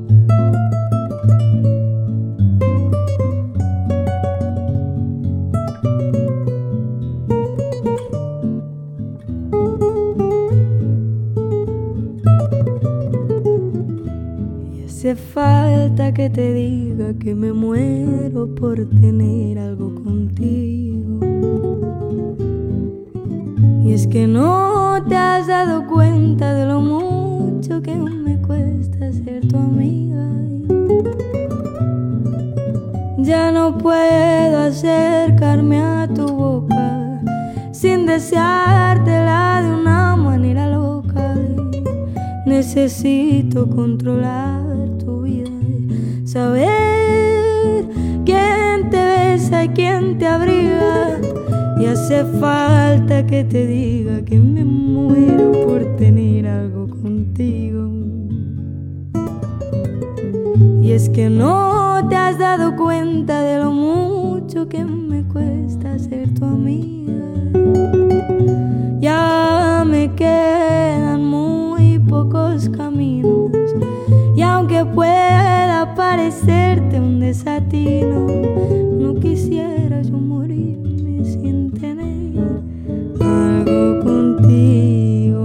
Hace falta que te diga que me muero por tener algo contigo. Y es que no te has dado cuenta de lo mucho que me cuesta ser tu amiga. Ya no puedo acercarme a tu boca sin deseártela de una manera loca. Necesito controlar tu vida, saber quién te besa y quién te abriga. Y hace falta que te diga que me muero por tener algo contigo. Y es que no te has dado cuenta de lo mucho que me cuesta ser tu amiga. Ya me quedan muy pocos caminos, y aunque pueda parecerte un desatino, no quisiera yo morirme sin tener algo contigo.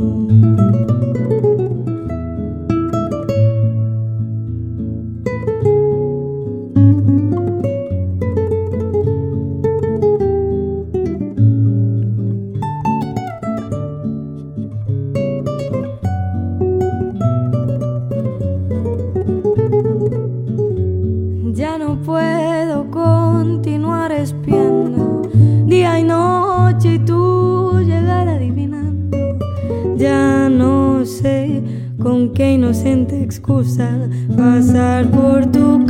Ya no puedo continuar espiando día y noche y tú llegar adivinando. Ya no sé con qué inocente excusa pasar por tu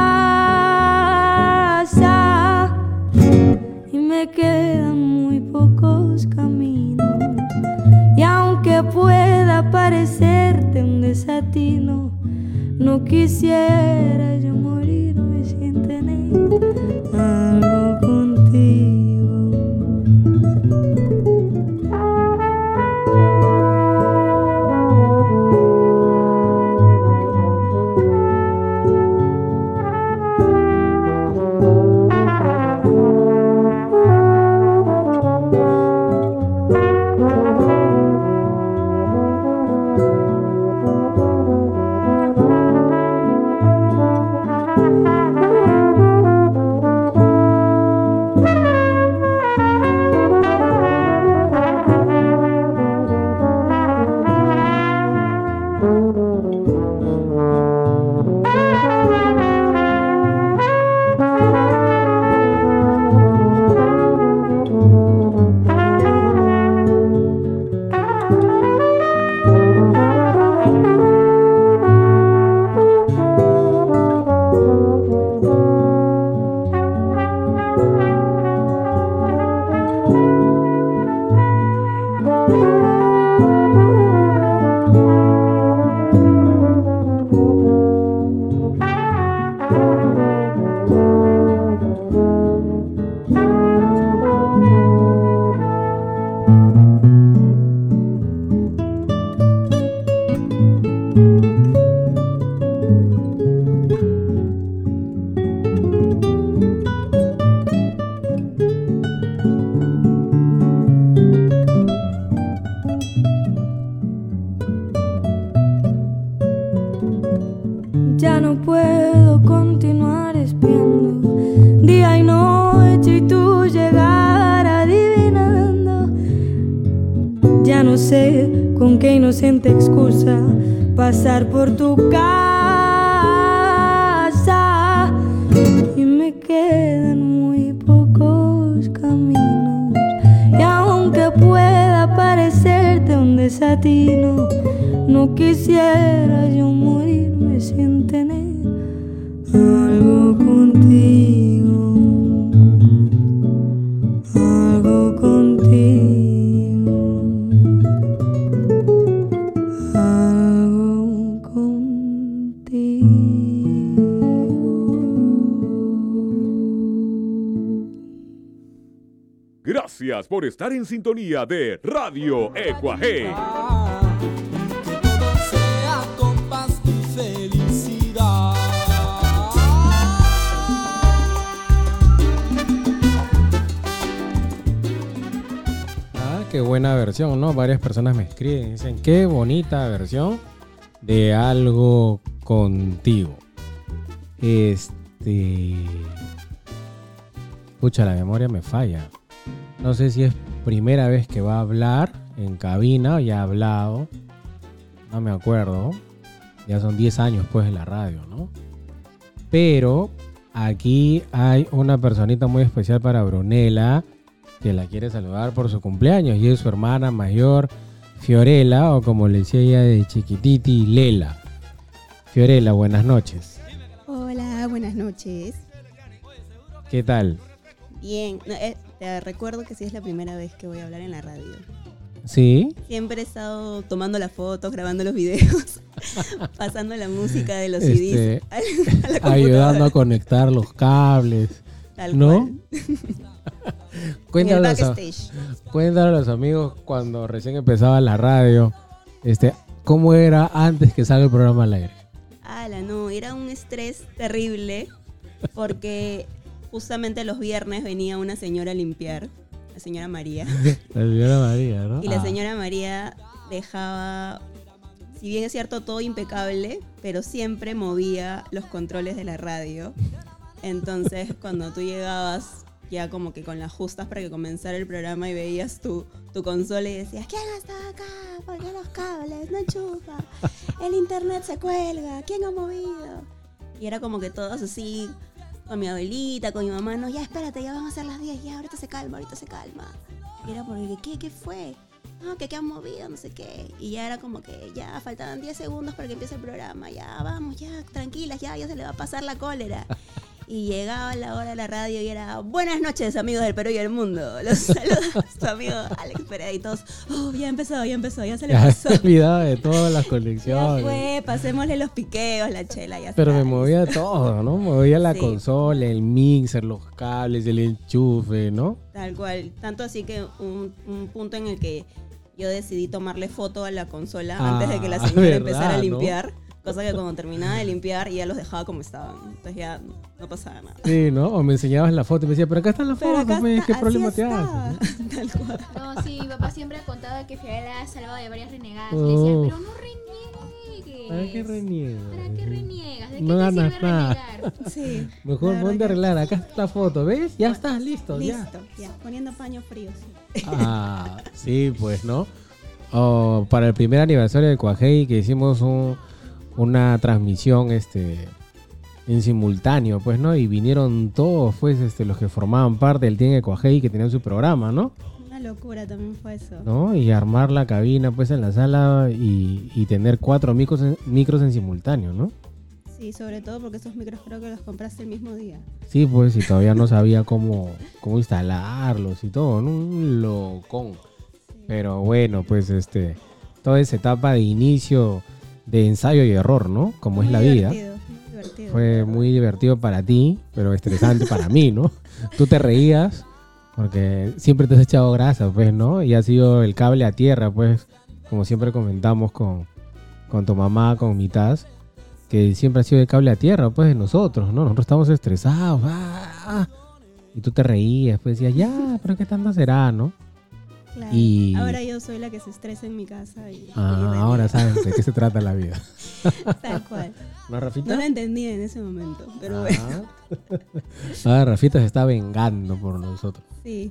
casa. Y me quedan muy pocos caminos, y aunque pueda parecerte un desatino, no quisiera yo morirme sin tener algo contigo. Ya no puedo continuar espiando día y noche y tú llegar adivinando. Ya no sé con qué inocente excusa pasar por tu casa. Y me quedan muy pocos caminos, y aunque pueda parecerte un desatino, no quisiera yo morirme sin tener algo contigo. Gracias por estar en sintonía de Radio Ecuaje. Todo sea con paz y felicidad. Ah, qué buena versión, ¿no? Varias personas me escriben y dicen, qué bonita versión de Algo Contigo. Este... Pucha, la memoria me falla. No sé si es primera vez que va a hablar en cabina o ya ha hablado. No me acuerdo. Ya son diez años pues en la radio, ¿no? Pero aquí hay una personita muy especial para Brunella que la quiere saludar por su cumpleaños y es su hermana mayor Fiorella, o como le decía ella de chiquititi, Lela. Fiorella, buenas noches. Hola, buenas noches. ¿Qué tal? Bien, no, eh, te recuerdo que sí es la primera vez que voy a hablar en la radio. ¿Sí? Siempre he estado tomando las fotos, grabando los videos, pasando la música de los Este, C Ds a la computadora. ayudando a conectar los cables. Tal ¿no? cual. Cuéntale, En a el los, backstage. cuéntale a los amigos cuando recién empezaba la radio, este, ¿cómo era antes que salga el programa al aire? Ala, no, era un estrés terrible porque justamente los viernes venía una señora a limpiar, la señora María. La señora María, ¿no? Y la Ah. señora María dejaba, si bien es cierto, todo impecable, pero siempre movía los controles de la radio. Entonces, cuando tú llegabas ya como que con las justas para que comenzara el programa y veías tu, tu consola y decías, ¿quién está acá? ¿Por qué los cables no enchufa? El internet se cuelga, ¿quién ha movido? Y era como que todos así, con mi abuelita, con mi mamá, no, ya espérate, ya van a ser las diez, ya ahorita se calma, ahorita se calma. Y era porque, ¿qué? ¿Qué fue? No, que qué han movido, no sé qué. Y ya era como que ya faltaban diez segundos para que empiece el programa. Ya, vamos, ya, tranquilas, ya, ya se le va a pasar la cólera. Y llegaba la hora de la radio y era, buenas noches, amigos del Perú y del mundo. Los saluda su amigo Alex Pereira y todos, oh, ya empezó, ya empezó, ya se le Ya pasó. se olvidaba de todas las Ya conexiones. fue, pasémosle los piqueos, la chela, ya Pero está. me movía todo, ¿no? Movía la Sí. consola, el mixer, los cables, el enchufe, ¿no? Tal cual. Tanto así que un, un punto en el que yo decidí tomarle foto a la consola Ah, antes de que la señora ¿verdad, empezara a no? limpiar. Cosa que cuando terminaba de limpiar ya los dejaba como estaban. Entonces ya no pasaba nada. Sí, ¿no? O me enseñabas la foto y me decía, pero acá están las Pero fotos, acá pues, está, ¿qué así problema te está. haces? Tal cual. No, sí, mi papá siempre contaba que Fiorella ha salvado de varias renegadas. Oh. Le decía, pero no reniegues. ¿Para qué reniegas? ¿Para qué reniegas? ¿De qué No te ganas sirve nada. renegar? Sí. Mejor La ponte a verdad arreglar, acá está la foto, ¿ves? Ya estás listo, ya. Listo, ya. Poniendo paños fríos. Ah, sí, pues, ¿no? Oh, para el primer aniversario de Cuajei que hicimos un, una transmisión este en simultáneo, pues, ¿no? Y vinieron todos, pues, este, los que formaban parte del Team de Cuajei que tenían su programa, ¿no? Una locura también fue eso. ¿No? Y armar la cabina, pues, en la sala y, y tener cuatro micros en, micros en simultáneo, ¿no? Sí, sobre todo porque esos micros creo que los compraste el mismo día. Sí, pues, y todavía no sabía cómo, cómo instalarlos y todo, ¿no? Un locón. Pero bueno, pues este, toda esa etapa de inicio de ensayo y error, ¿no? Como Muy es la vida. divertido, muy divertido. Fue muy divertido para ti, pero estresante para mí, ¿no? Tú te reías porque siempre te has echado grasa, pues, ¿no? Y ha sido el cable a tierra, pues, como siempre comentamos con, con tu mamá, con mi Taz, que siempre ha sido el cable a tierra, pues, de nosotros, ¿no? Nosotros estamos estresados, ¡ah! Y tú te reías, pues decías, ya, pero ¿qué tanto será, no? Claro. Y Ahora yo soy la que se estresa en mi casa. Y, ah, y ahora sabes de qué se trata la vida. Tal cual. ¿No, Rafita? No lo entendía en ese momento, pero Ah. bueno. Ah, Rafita se está vengando por nosotros. Sí.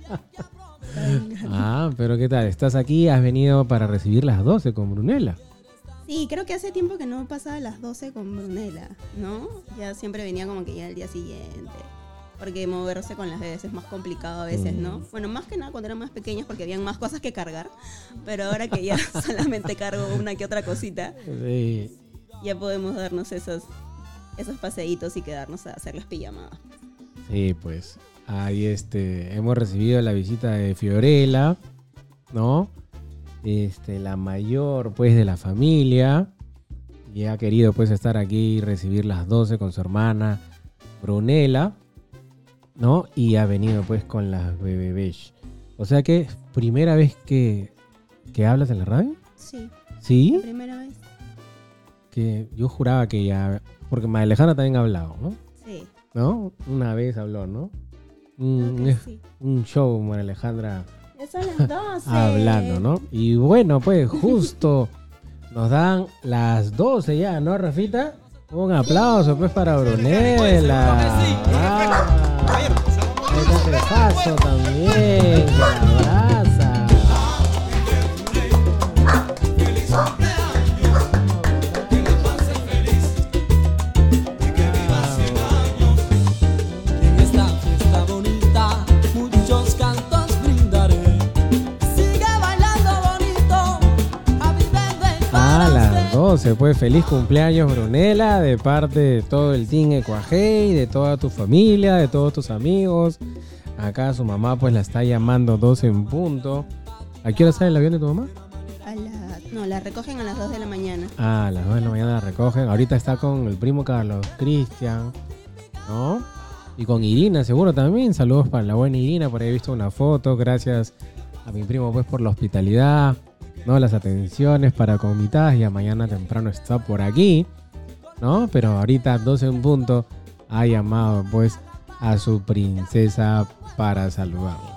Está vengando. Ah, pero ¿qué tal? ¿Estás aquí? ¿Has venido para recibir las doce con Brunella? Sí, creo que hace tiempo que no pasaba las doce con Brunella, ¿no? Ya siempre venía como que ya el día siguiente. Porque moverse con las bebés es más complicado a veces, ¿no? Mm. Bueno, más que nada cuando eran más pequeños porque habían más cosas que cargar. Pero ahora que ya solamente cargo una que otra cosita, Sí. ya podemos darnos esos, esos paseitos y quedarnos a hacer las pijamadas. Sí, pues. Ahí este, hemos recibido la visita de Fiorella, ¿no? Este, la mayor, pues, de la familia. Y ha querido, pues, estar aquí y recibir las doce con su hermana Brunella. ¿no? Y ha venido pues con las Bebe Besh. O sea que es primera vez que, que hablas en la radio. Sí. ¿Sí? La primera vez. Que yo juraba que ya... Porque María Alejandra también ha hablado, ¿no? Sí. ¿No? Una vez habló, ¿no? Un, es, sí. un show, María Alejandra Ya son las doce. hablando, ¿no? Y bueno, pues justo nos dan las doce ya, ¿no, Rafita? Un aplauso pues para Brunella. Ah, ahí está el paso también, que la abraza. En esta fiesta bonita, muchos cantos brindaré. Sigue bailando bonito, a mi bebé. A las doce, pues feliz cumpleaños Brunella, de parte de todo el team Ecuajei, de toda tu familia, de todos tus amigos. Acá su mamá pues la está llamando doce en punto. ¿A qué hora sale el avión de tu mamá? A la, no, la recogen a las dos de la mañana. Ah, a las dos de la mañana la recogen. Ahorita está con el primo Carlos Cristian, ¿no? Y con Irina seguro también. Saludos para la buena Irina, por ahí he visto una foto. Gracias a mi primo pues por la hospitalidad, ¿no? Las atenciones para con mi ya mañana temprano está por aquí, ¿no? Pero ahorita doce en punto ha llamado pues a su princesa para saludarla.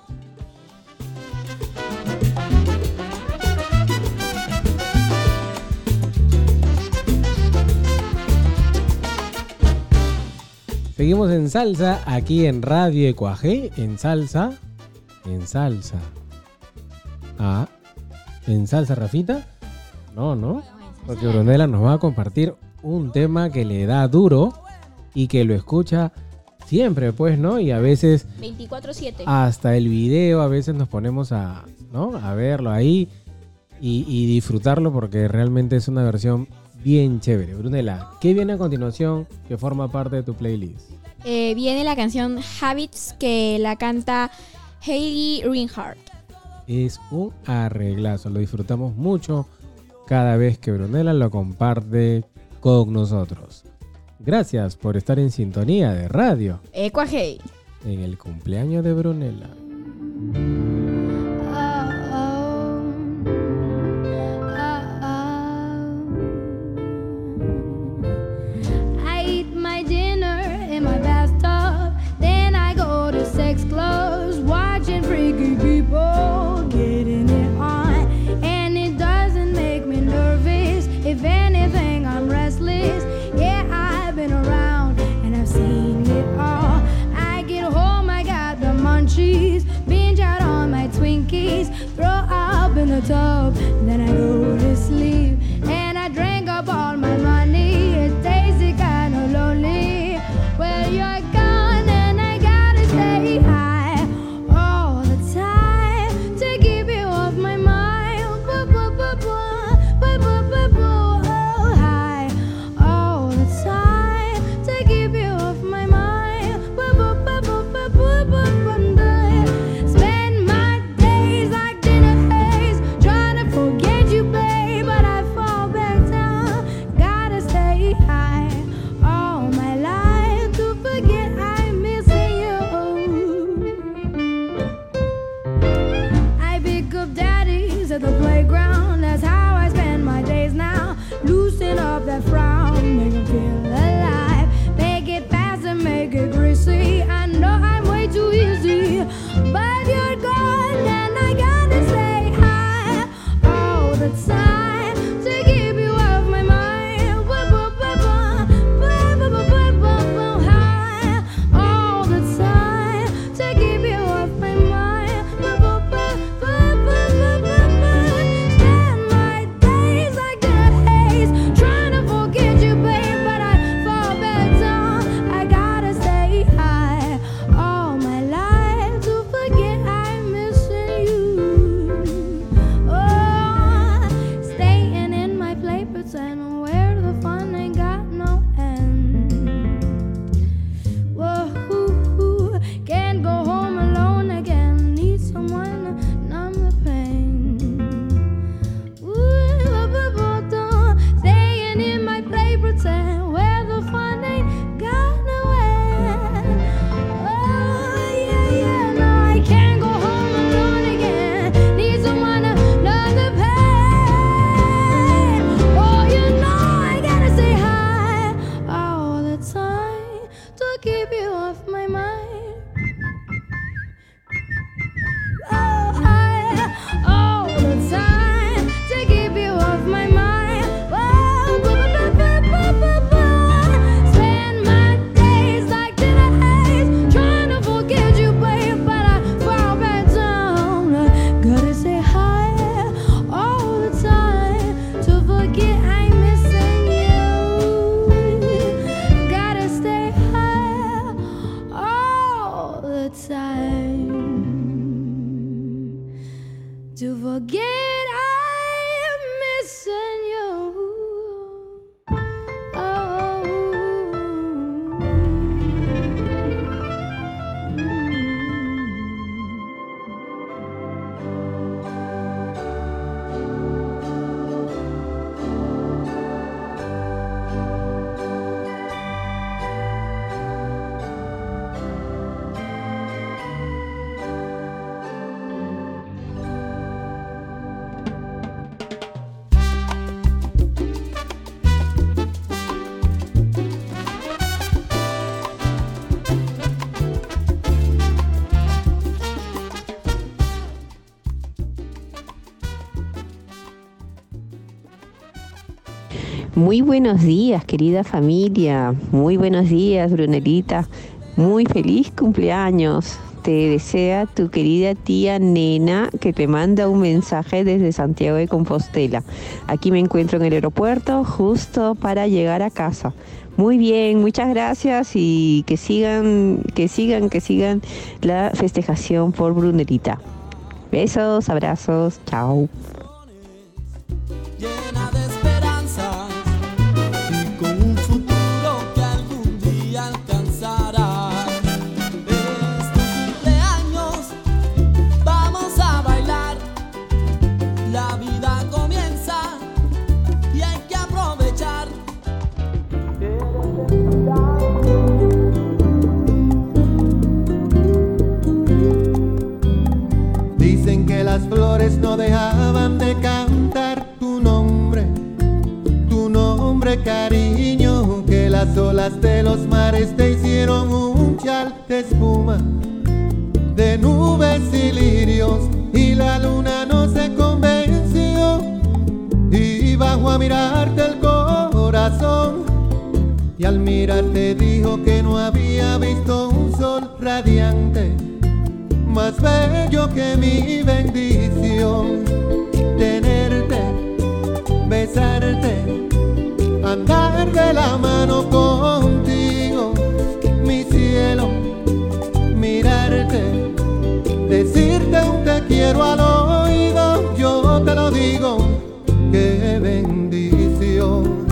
Seguimos en salsa aquí en Radio Ecuajei, en salsa, en salsa. Ah, ¿en salsa, Rafita? No, no, porque Brunella nos va a compartir un tema que le da duro y que lo escucha siempre, pues, ¿no? Y a veces veinticuatro siete. Hasta el video a veces nos ponemos a, ¿no? A verlo ahí y, y disfrutarlo porque realmente es una versión bien chévere. Brunella, ¿qué viene a continuación que forma parte de tu playlist? Eh, viene la canción Habits, que la canta Hayley Reinhardt. Es un arreglazo, lo disfrutamos mucho cada vez que Brunella lo comparte con nosotros. Gracias por estar en sintonía de radio Ecuajei en el cumpleaños de Brunella. I eat my dinner in my bathtub, then I go to sex clubs, watching freaky people getting it on, and it doesn't make me nervous. If anything, I'm restless. Yeah, I've been around and I've seen it all. I get home, I got the munchies, binge out on my Twinkies, throw up in the tub, then I go to sleep, and I drink up all my money. It tastes kinda lonely. Well, you're gone and I gotta stay high all the time to keep you off my mind. Boo, boo, boo, boo, boo, boo, boo, boo. Oh, high all the time to keep you off my mind. Boo, boo, boo, boo, boo, boo, boo, boo. Spend my days like dinner haze, trying to forget you. to forget I am missing you. Muy buenos días, querida familia. Muy buenos días, Brunelita. Muy feliz cumpleaños. Te desea tu querida tía Nena, que te manda un mensaje desde Santiago de Compostela. Aquí me encuentro en el aeropuerto, justo para llegar a casa. Muy bien, muchas gracias y que sigan, que sigan, que sigan la festejación por Brunelita. Besos, abrazos, chao. Llena de esperanzas y con un futuro que algún día alcanzará. Es tu cumpleaños, vamos a bailar. La vida comienza y hay que aprovechar. Dicen que las flores no dejaban de cantar tu nombre, tu nombre, cariño, que las olas de los mares te hicieron un chal de espuma, de nubes y lirios, y la luna no se convenció, y bajó a mirarte el corazón, y al mirarte dijo que no había visto un sol radiante, más bello que mi bendición. Tenerte, besarte, andar de la mano contigo, mi cielo, mirarte, decirte un te quiero al oído, yo te lo digo, qué bendición.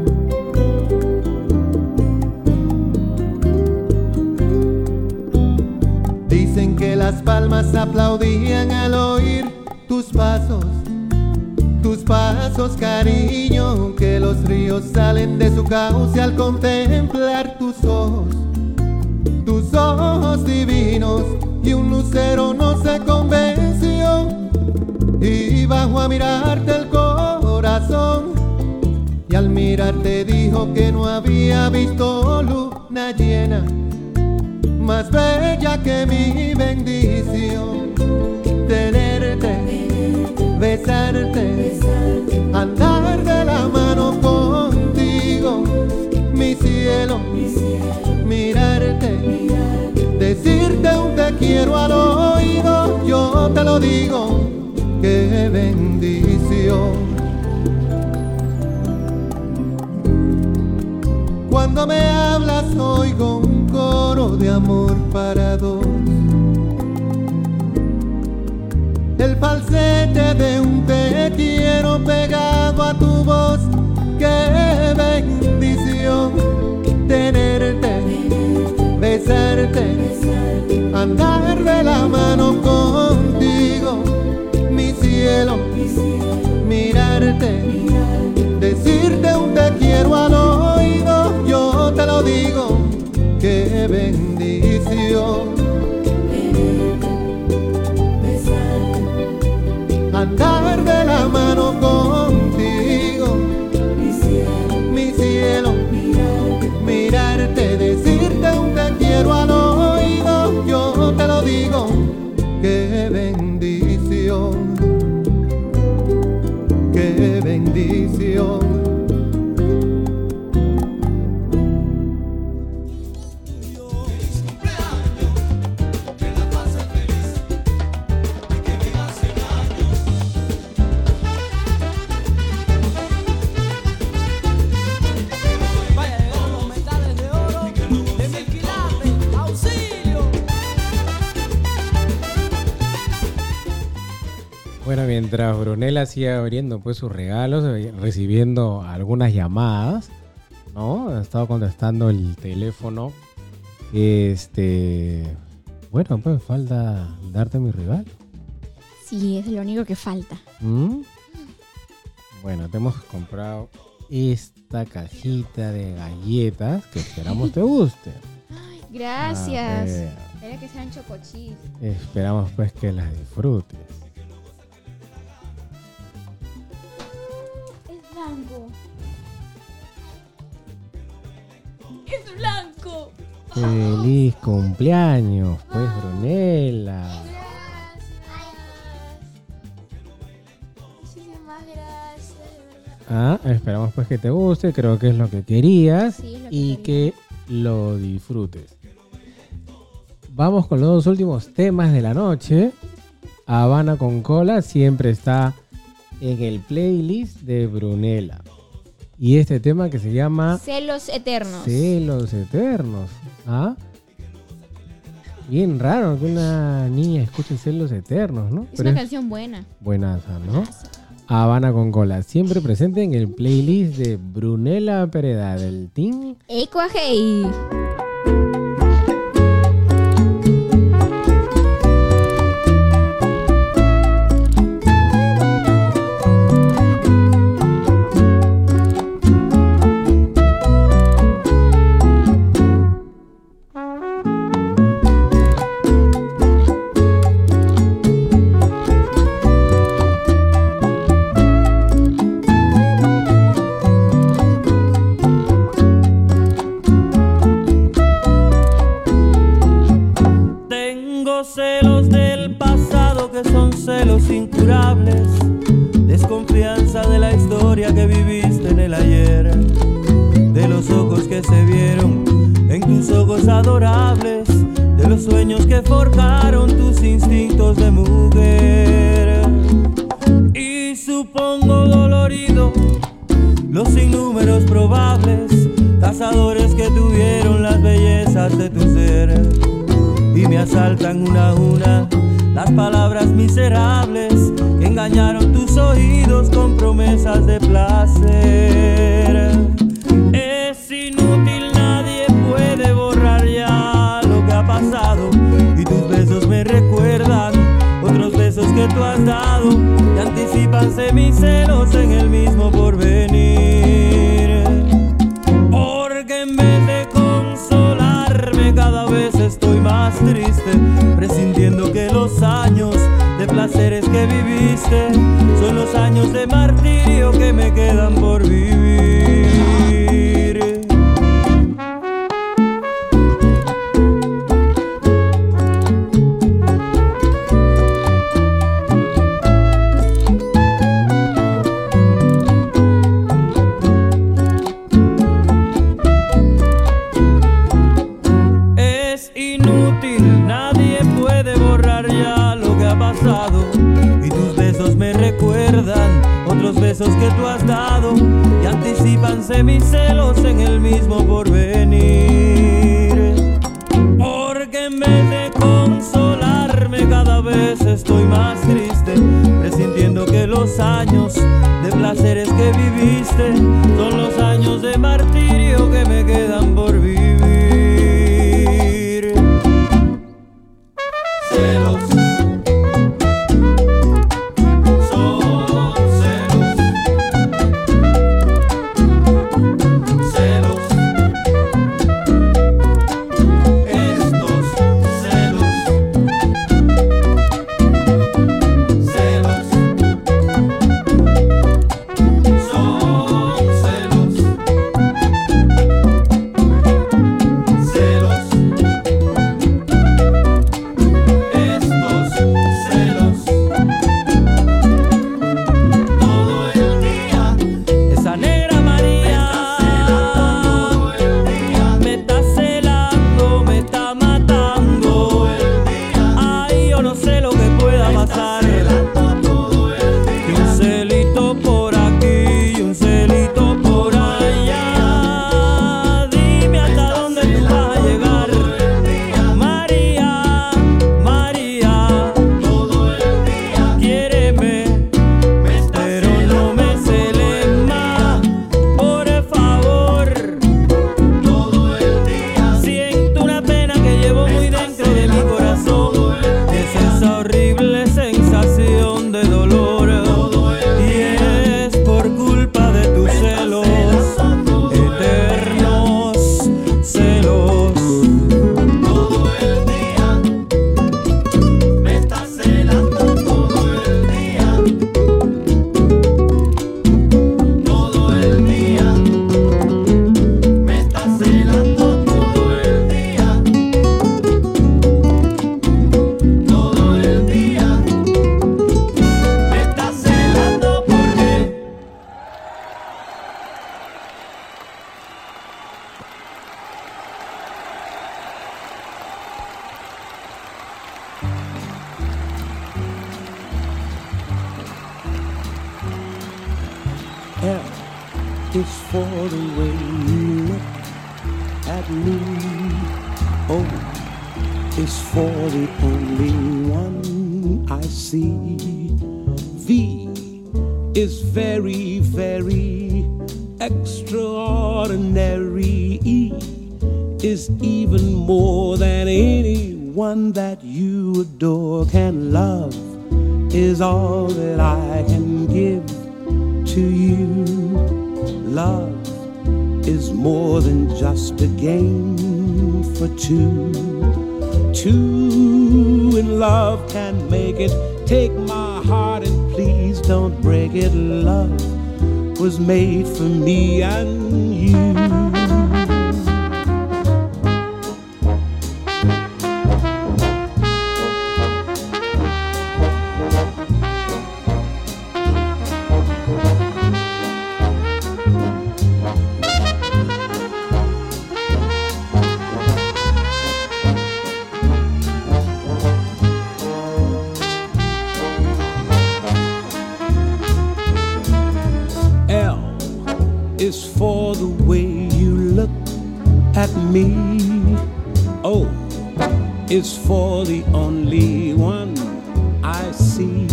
Dicen que las palmas aplaudían al oír tus pasos, tus pasos, cariño, que los ríos salen de su cauce al contemplar tus ojos, tus ojos divinos, y un lucero no se convenció, y bajó a mirarte el corazón, y al mirarte dijo que no había visto luna llena, más bella que mi bendición. Tenerte, besarte, andar de la mano contigo, mi cielo, mirarte, decirte un te quiero al oído, yo te lo digo, qué bendición. Cuando me hablas oigo un coro de amor para dos, el falsete de un te quiero pegado a tu voz, qué bendición. Tenerte, besarte, andar de la mano contigo, mi cielo, mirarte, decirte un te quiero al oído, yo te lo digo, qué bendición. Andar de la mano contigo, mi cielo, mi cielo, mirarte, decirte un te quiero al oído, yo te lo digo, qué bendición, qué bendición. Auxilio. Bueno, mientras Brunella sigue abriendo pues sus regalos, eh, recibiendo algunas llamadas, ¿no? Ha estado contestando el teléfono. Este, bueno, pues falta darte mi regalo. Sí, es lo único que falta. ¿Mm? Bueno, te hemos comprado esta cajita de galletas que esperamos te guste. Ay, gracias. A ver. Espera que sean chocochis. Esperamos pues que las disfrutes. Es blanco. Es blanco. Feliz cumpleaños, pues, Brunella. Muchísimas gracias, de verdad. Ah, esperamos pues que te guste, creo que es lo que querías Sí, es lo que y quería. que lo disfrutes. Vamos con los dos últimos temas de la noche. Habana con Cola siempre está en el playlist de Brunella. Y este tema que se llama Celos eternos. Celos Eternos. ¿Ah? Bien raro que una niña escuche Celos Eternos, ¿no? Es Pero una canción buena. buenaza, ¿no? Habana con Cola, siempre presente en el playlist de Brunella Pereda del Team. Ecuajei. Tengo celos del pasado que son celos incurables, desconfianza de la historia que viviste en el ayer, de los ojos que se vieron en tus ojos adorables, de los sueños que forjaron tus instintos de mujer. Y supongo dolorido los innúmeros probables cazadores que tuvieron las bellezas de tu ser. Y me asaltan una a una las palabras miserables que engañaron tus oídos con promesas de placer. Es inútil, nadie puede borrar ya lo que ha pasado, y tus besos me recuerdan otros besos que tú has dado, y anticipanse mis celos en el mismo porvenir. Porque en vez de consolarme cada vez estoy más triste, presintiendo que los años de placeres que viviste son los años de martirio que me quedan por vivir. Es inútil, nadie puede borrar ya lo que ha pasado, y tus besos me recuerdan otros besos que tú has dado, y anticipanse mis celos en el mismo porvenir. Porque en vez de consolarme cada vez estoy más triste, presintiendo que los años de placeres que viviste son los años de martirio que me quedan por vivir. Celos, son celos, celos, estos celos, celos, son celos. is for the way you look at me. O is for the only one I see. V is very, very extraordinary. E is even more than anyone that you adore can love. Is all that I can give to you. Love is more than just a game for two. Two in love can make it. Take my heart and please don't break it. Love was made for me and you. Is for the way you look at me. O is for the only one I see.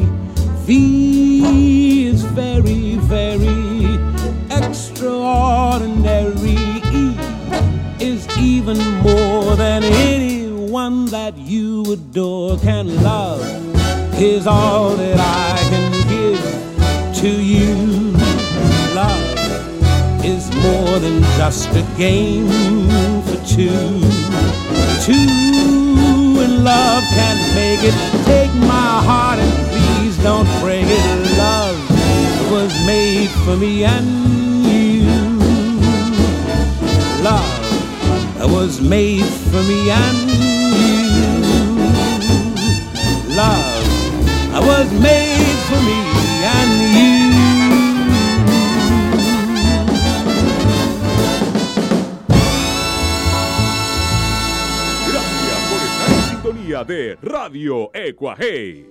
V is very, very extraordinary. E is even more than anyone that you adore can love. Is all that I can give to you. Love is more than just a game for two. Two in love can make it. Take my heart and please don't break it. Love was made for me and you. Love was made for me and you. Love was made for me and you. De Radio Ecuaje.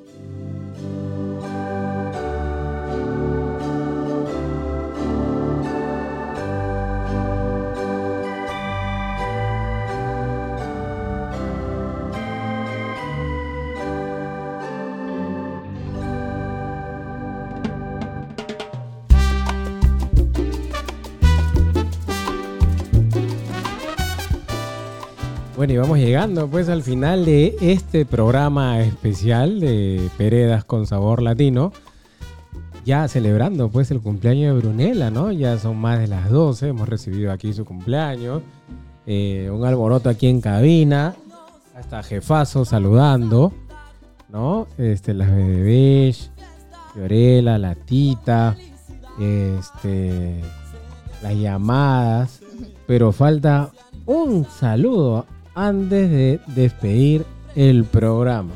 Bueno, y vamos llegando pues al final de este programa especial de Peredas con Sabor Latino. Ya celebrando pues el cumpleaños de Brunella, ¿no? Ya son más de las doce, hemos recibido aquí su cumpleaños. Eh, un alboroto aquí en cabina, hasta Jefazo saludando, ¿no? Este, las bebés, Fiorella, la Tita, este, las llamadas, pero falta un saludo antes de despedir el programa.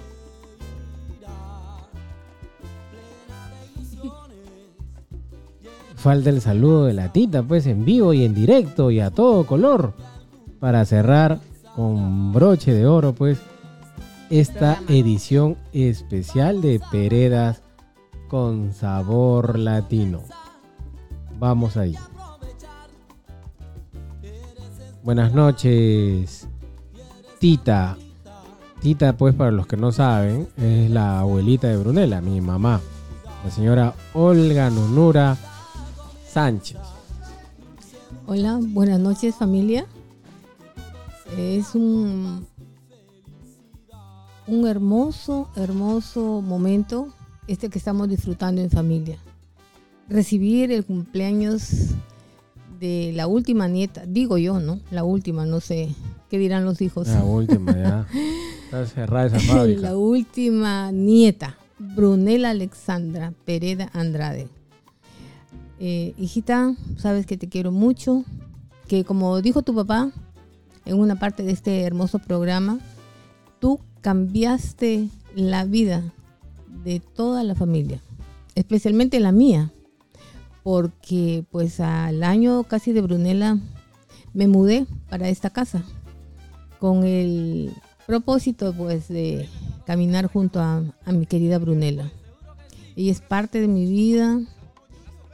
Falta el saludo de la Tita, pues en vivo y en directo y a todo color, para cerrar con broche de oro, pues, esta edición especial de Peredas con Sabor Latino. Vamos ahí. Buenas noches, Tita. Tita, pues, para los que no saben, es la abuelita de Brunella, mi mamá, la señora Olga Nunura Sánchez. Hola, buenas noches, familia. Es un, un hermoso, hermoso momento este que estamos disfrutando en familia. Recibir el cumpleaños de la última nieta, digo yo, ¿no? La última, no sé, ¿qué dirán los hijos? La última, ya. Está cerrada esa fábrica. La última nieta, Brunella Alexandra Pereda Andrade. Eh, hijita, sabes que te quiero mucho, que como dijo tu papá en una parte de este hermoso programa, tú cambiaste la vida de toda la familia, especialmente la mía, porque pues al año casi de Brunella me mudé para esta casa con el propósito pues de caminar junto a, a mi querida Brunella. Ella es parte de mi vida,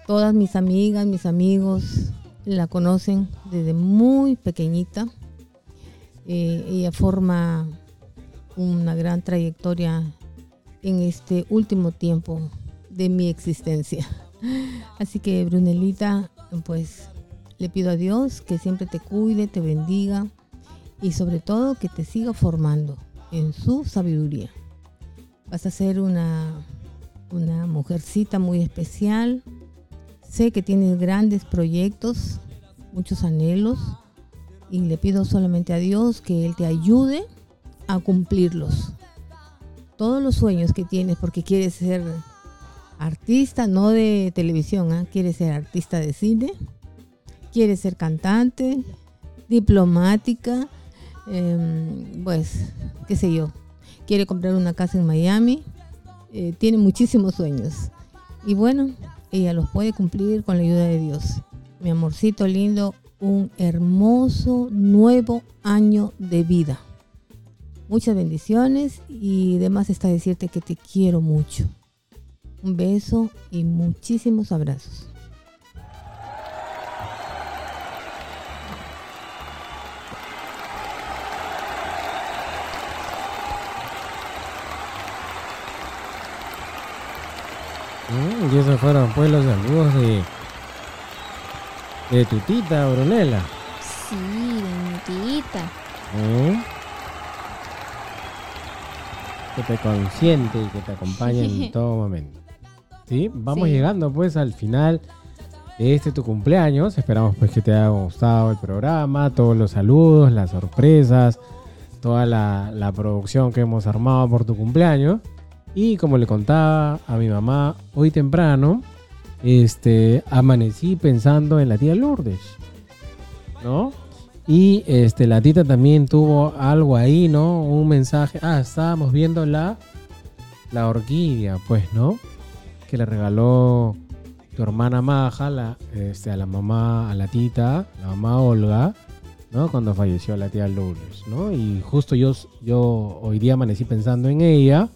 todas mis amigas, mis amigos la conocen desde muy pequeñita. Eh, ella forma una gran trayectoria en este último tiempo de mi existencia. Así que, Brunelita, pues le pido a Dios que siempre te cuide, te bendiga y sobre todo que te siga formando en su sabiduría. Vas a ser una, una mujercita muy especial. Sé que tienes grandes proyectos, muchos anhelos, y le pido solamente a Dios que Él te ayude a cumplirlos. Todos los sueños que tienes, porque quieres ser artista, no de televisión, ¿eh? Quieres ser artista de cine, quieres ser cantante, diplomática, eh, pues, qué sé yo, quiere comprar una casa en Miami, eh, tiene muchísimos sueños. Y bueno, ella los puede cumplir con la ayuda de Dios. Mi amorcito lindo, un hermoso nuevo año de vida. Muchas bendiciones y demás está decirte que te quiero mucho. Un beso y muchísimos abrazos. Mm, y esos fueron pues los saludos de, de tu tita Brunella. Sí, de mi tita. Mm. Que te consiente y que te acompañe en todo momento. ¿Sí? Vamos Sí. llegando pues al final de este tu cumpleaños. Esperamos pues que te haya gustado el programa, todos los saludos, las sorpresas, toda la, la producción que hemos armado por tu cumpleaños. Y como le contaba a mi mamá hoy temprano, este, amanecí pensando en la tía Lourdes, ¿no? Y este, la tita también tuvo algo ahí, ¿no? Un mensaje. Ah, estábamos viendo la, la orquídea, pues, ¿no? Que le regaló tu hermana Maja la, este, a la mamá, a la tita, la mamá Olga, ¿no? Cuando falleció la tía Lourdes, ¿no? Y justo yo, yo hoy día amanecí pensando en ella.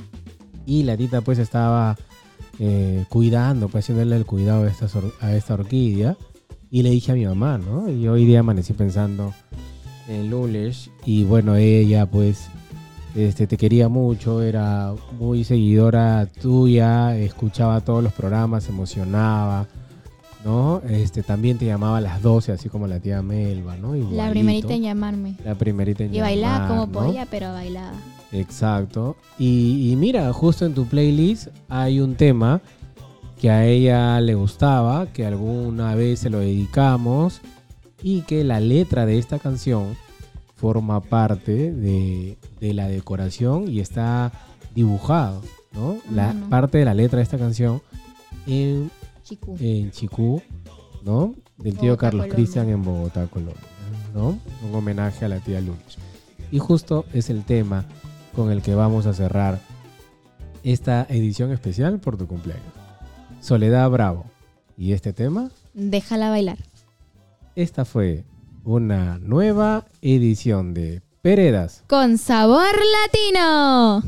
Y la tita pues estaba eh, cuidando, pues haciéndole el cuidado a esta, a esta orquídea. Y le dije a mi mamá, ¿no? Y hoy día amanecí pensando en Lourdes. Y bueno, ella pues este, te quería mucho, era muy seguidora tuya, escuchaba todos los programas, se emocionaba, ¿no? Este, también te llamaba a las doce, así como la tía Melba, ¿no? Igualito. La primerita en llamarme. La primerita en y llamar, bailaba como ¿no? podía, pero bailaba. Exacto. Y, y mira, justo en tu playlist hay un tema que a ella le gustaba, que alguna vez se lo dedicamos y que la letra de esta canción forma parte de, de la decoración y está dibujado, ¿no? La no. parte de la letra de esta canción en Chicú, en Chicú, ¿no? Del tío Bogotá, Carlos Colombia. Cristian en Bogotá, Colombia, ¿no? Un homenaje a la tía Lourdes. Y justo es el tema con el que vamos a cerrar esta edición especial por tu cumpleaños. Soledad Bravo. ¿Y este tema? Déjala bailar. Esta fue una nueva edición de Peredas. Con sabor latino.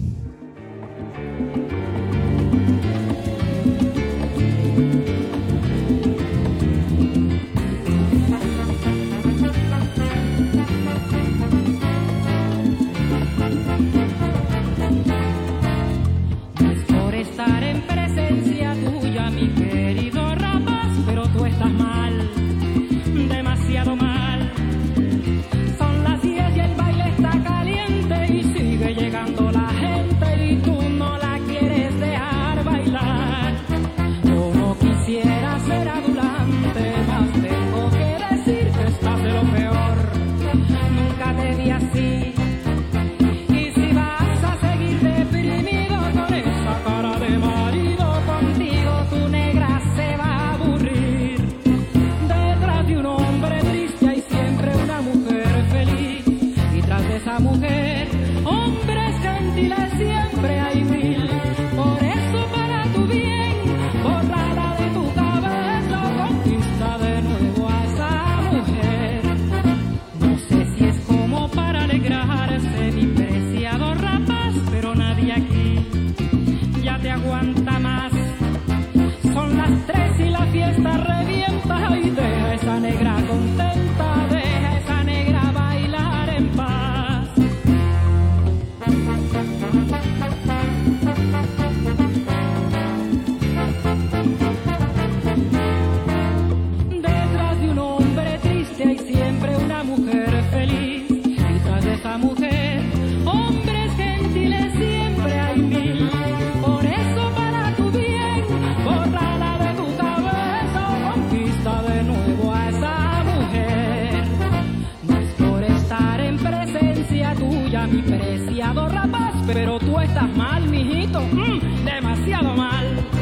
Por estar en presencia tuya, mi querido rapaz, pero tú estás mal, demasiado mal. Son las diez y el baile está caliente y sigue llegando la gente y tú no la quieres dejar bailar. Yo no quisiera ser adulante, mas tengo que decir que estás de lo peor. Nunca te vi así. Y si vas a seguir deprimido con esa cara de marido, contigo tu negra se va a aburrir. Detrás de un hombre triste hay siempre una mujer feliz. Y tras de esa mujer, hombres gentiles siempre hay mil. Por eso para tu bien, borrala de tu cabeza, conquista de nuevo a esa mujer. No sé si es como para alegrarse, mi preciado rapaz, pero nadie aquí ya te aguanta más. Son las tres y la fiesta Por eso para tu bien, bórrala de tu cabeza, conquista de nuevo a esa mujer. No es por estar en presencia tuya, mi preciado rapaz, pero tú estás mal, mijito, mm, demasiado mal.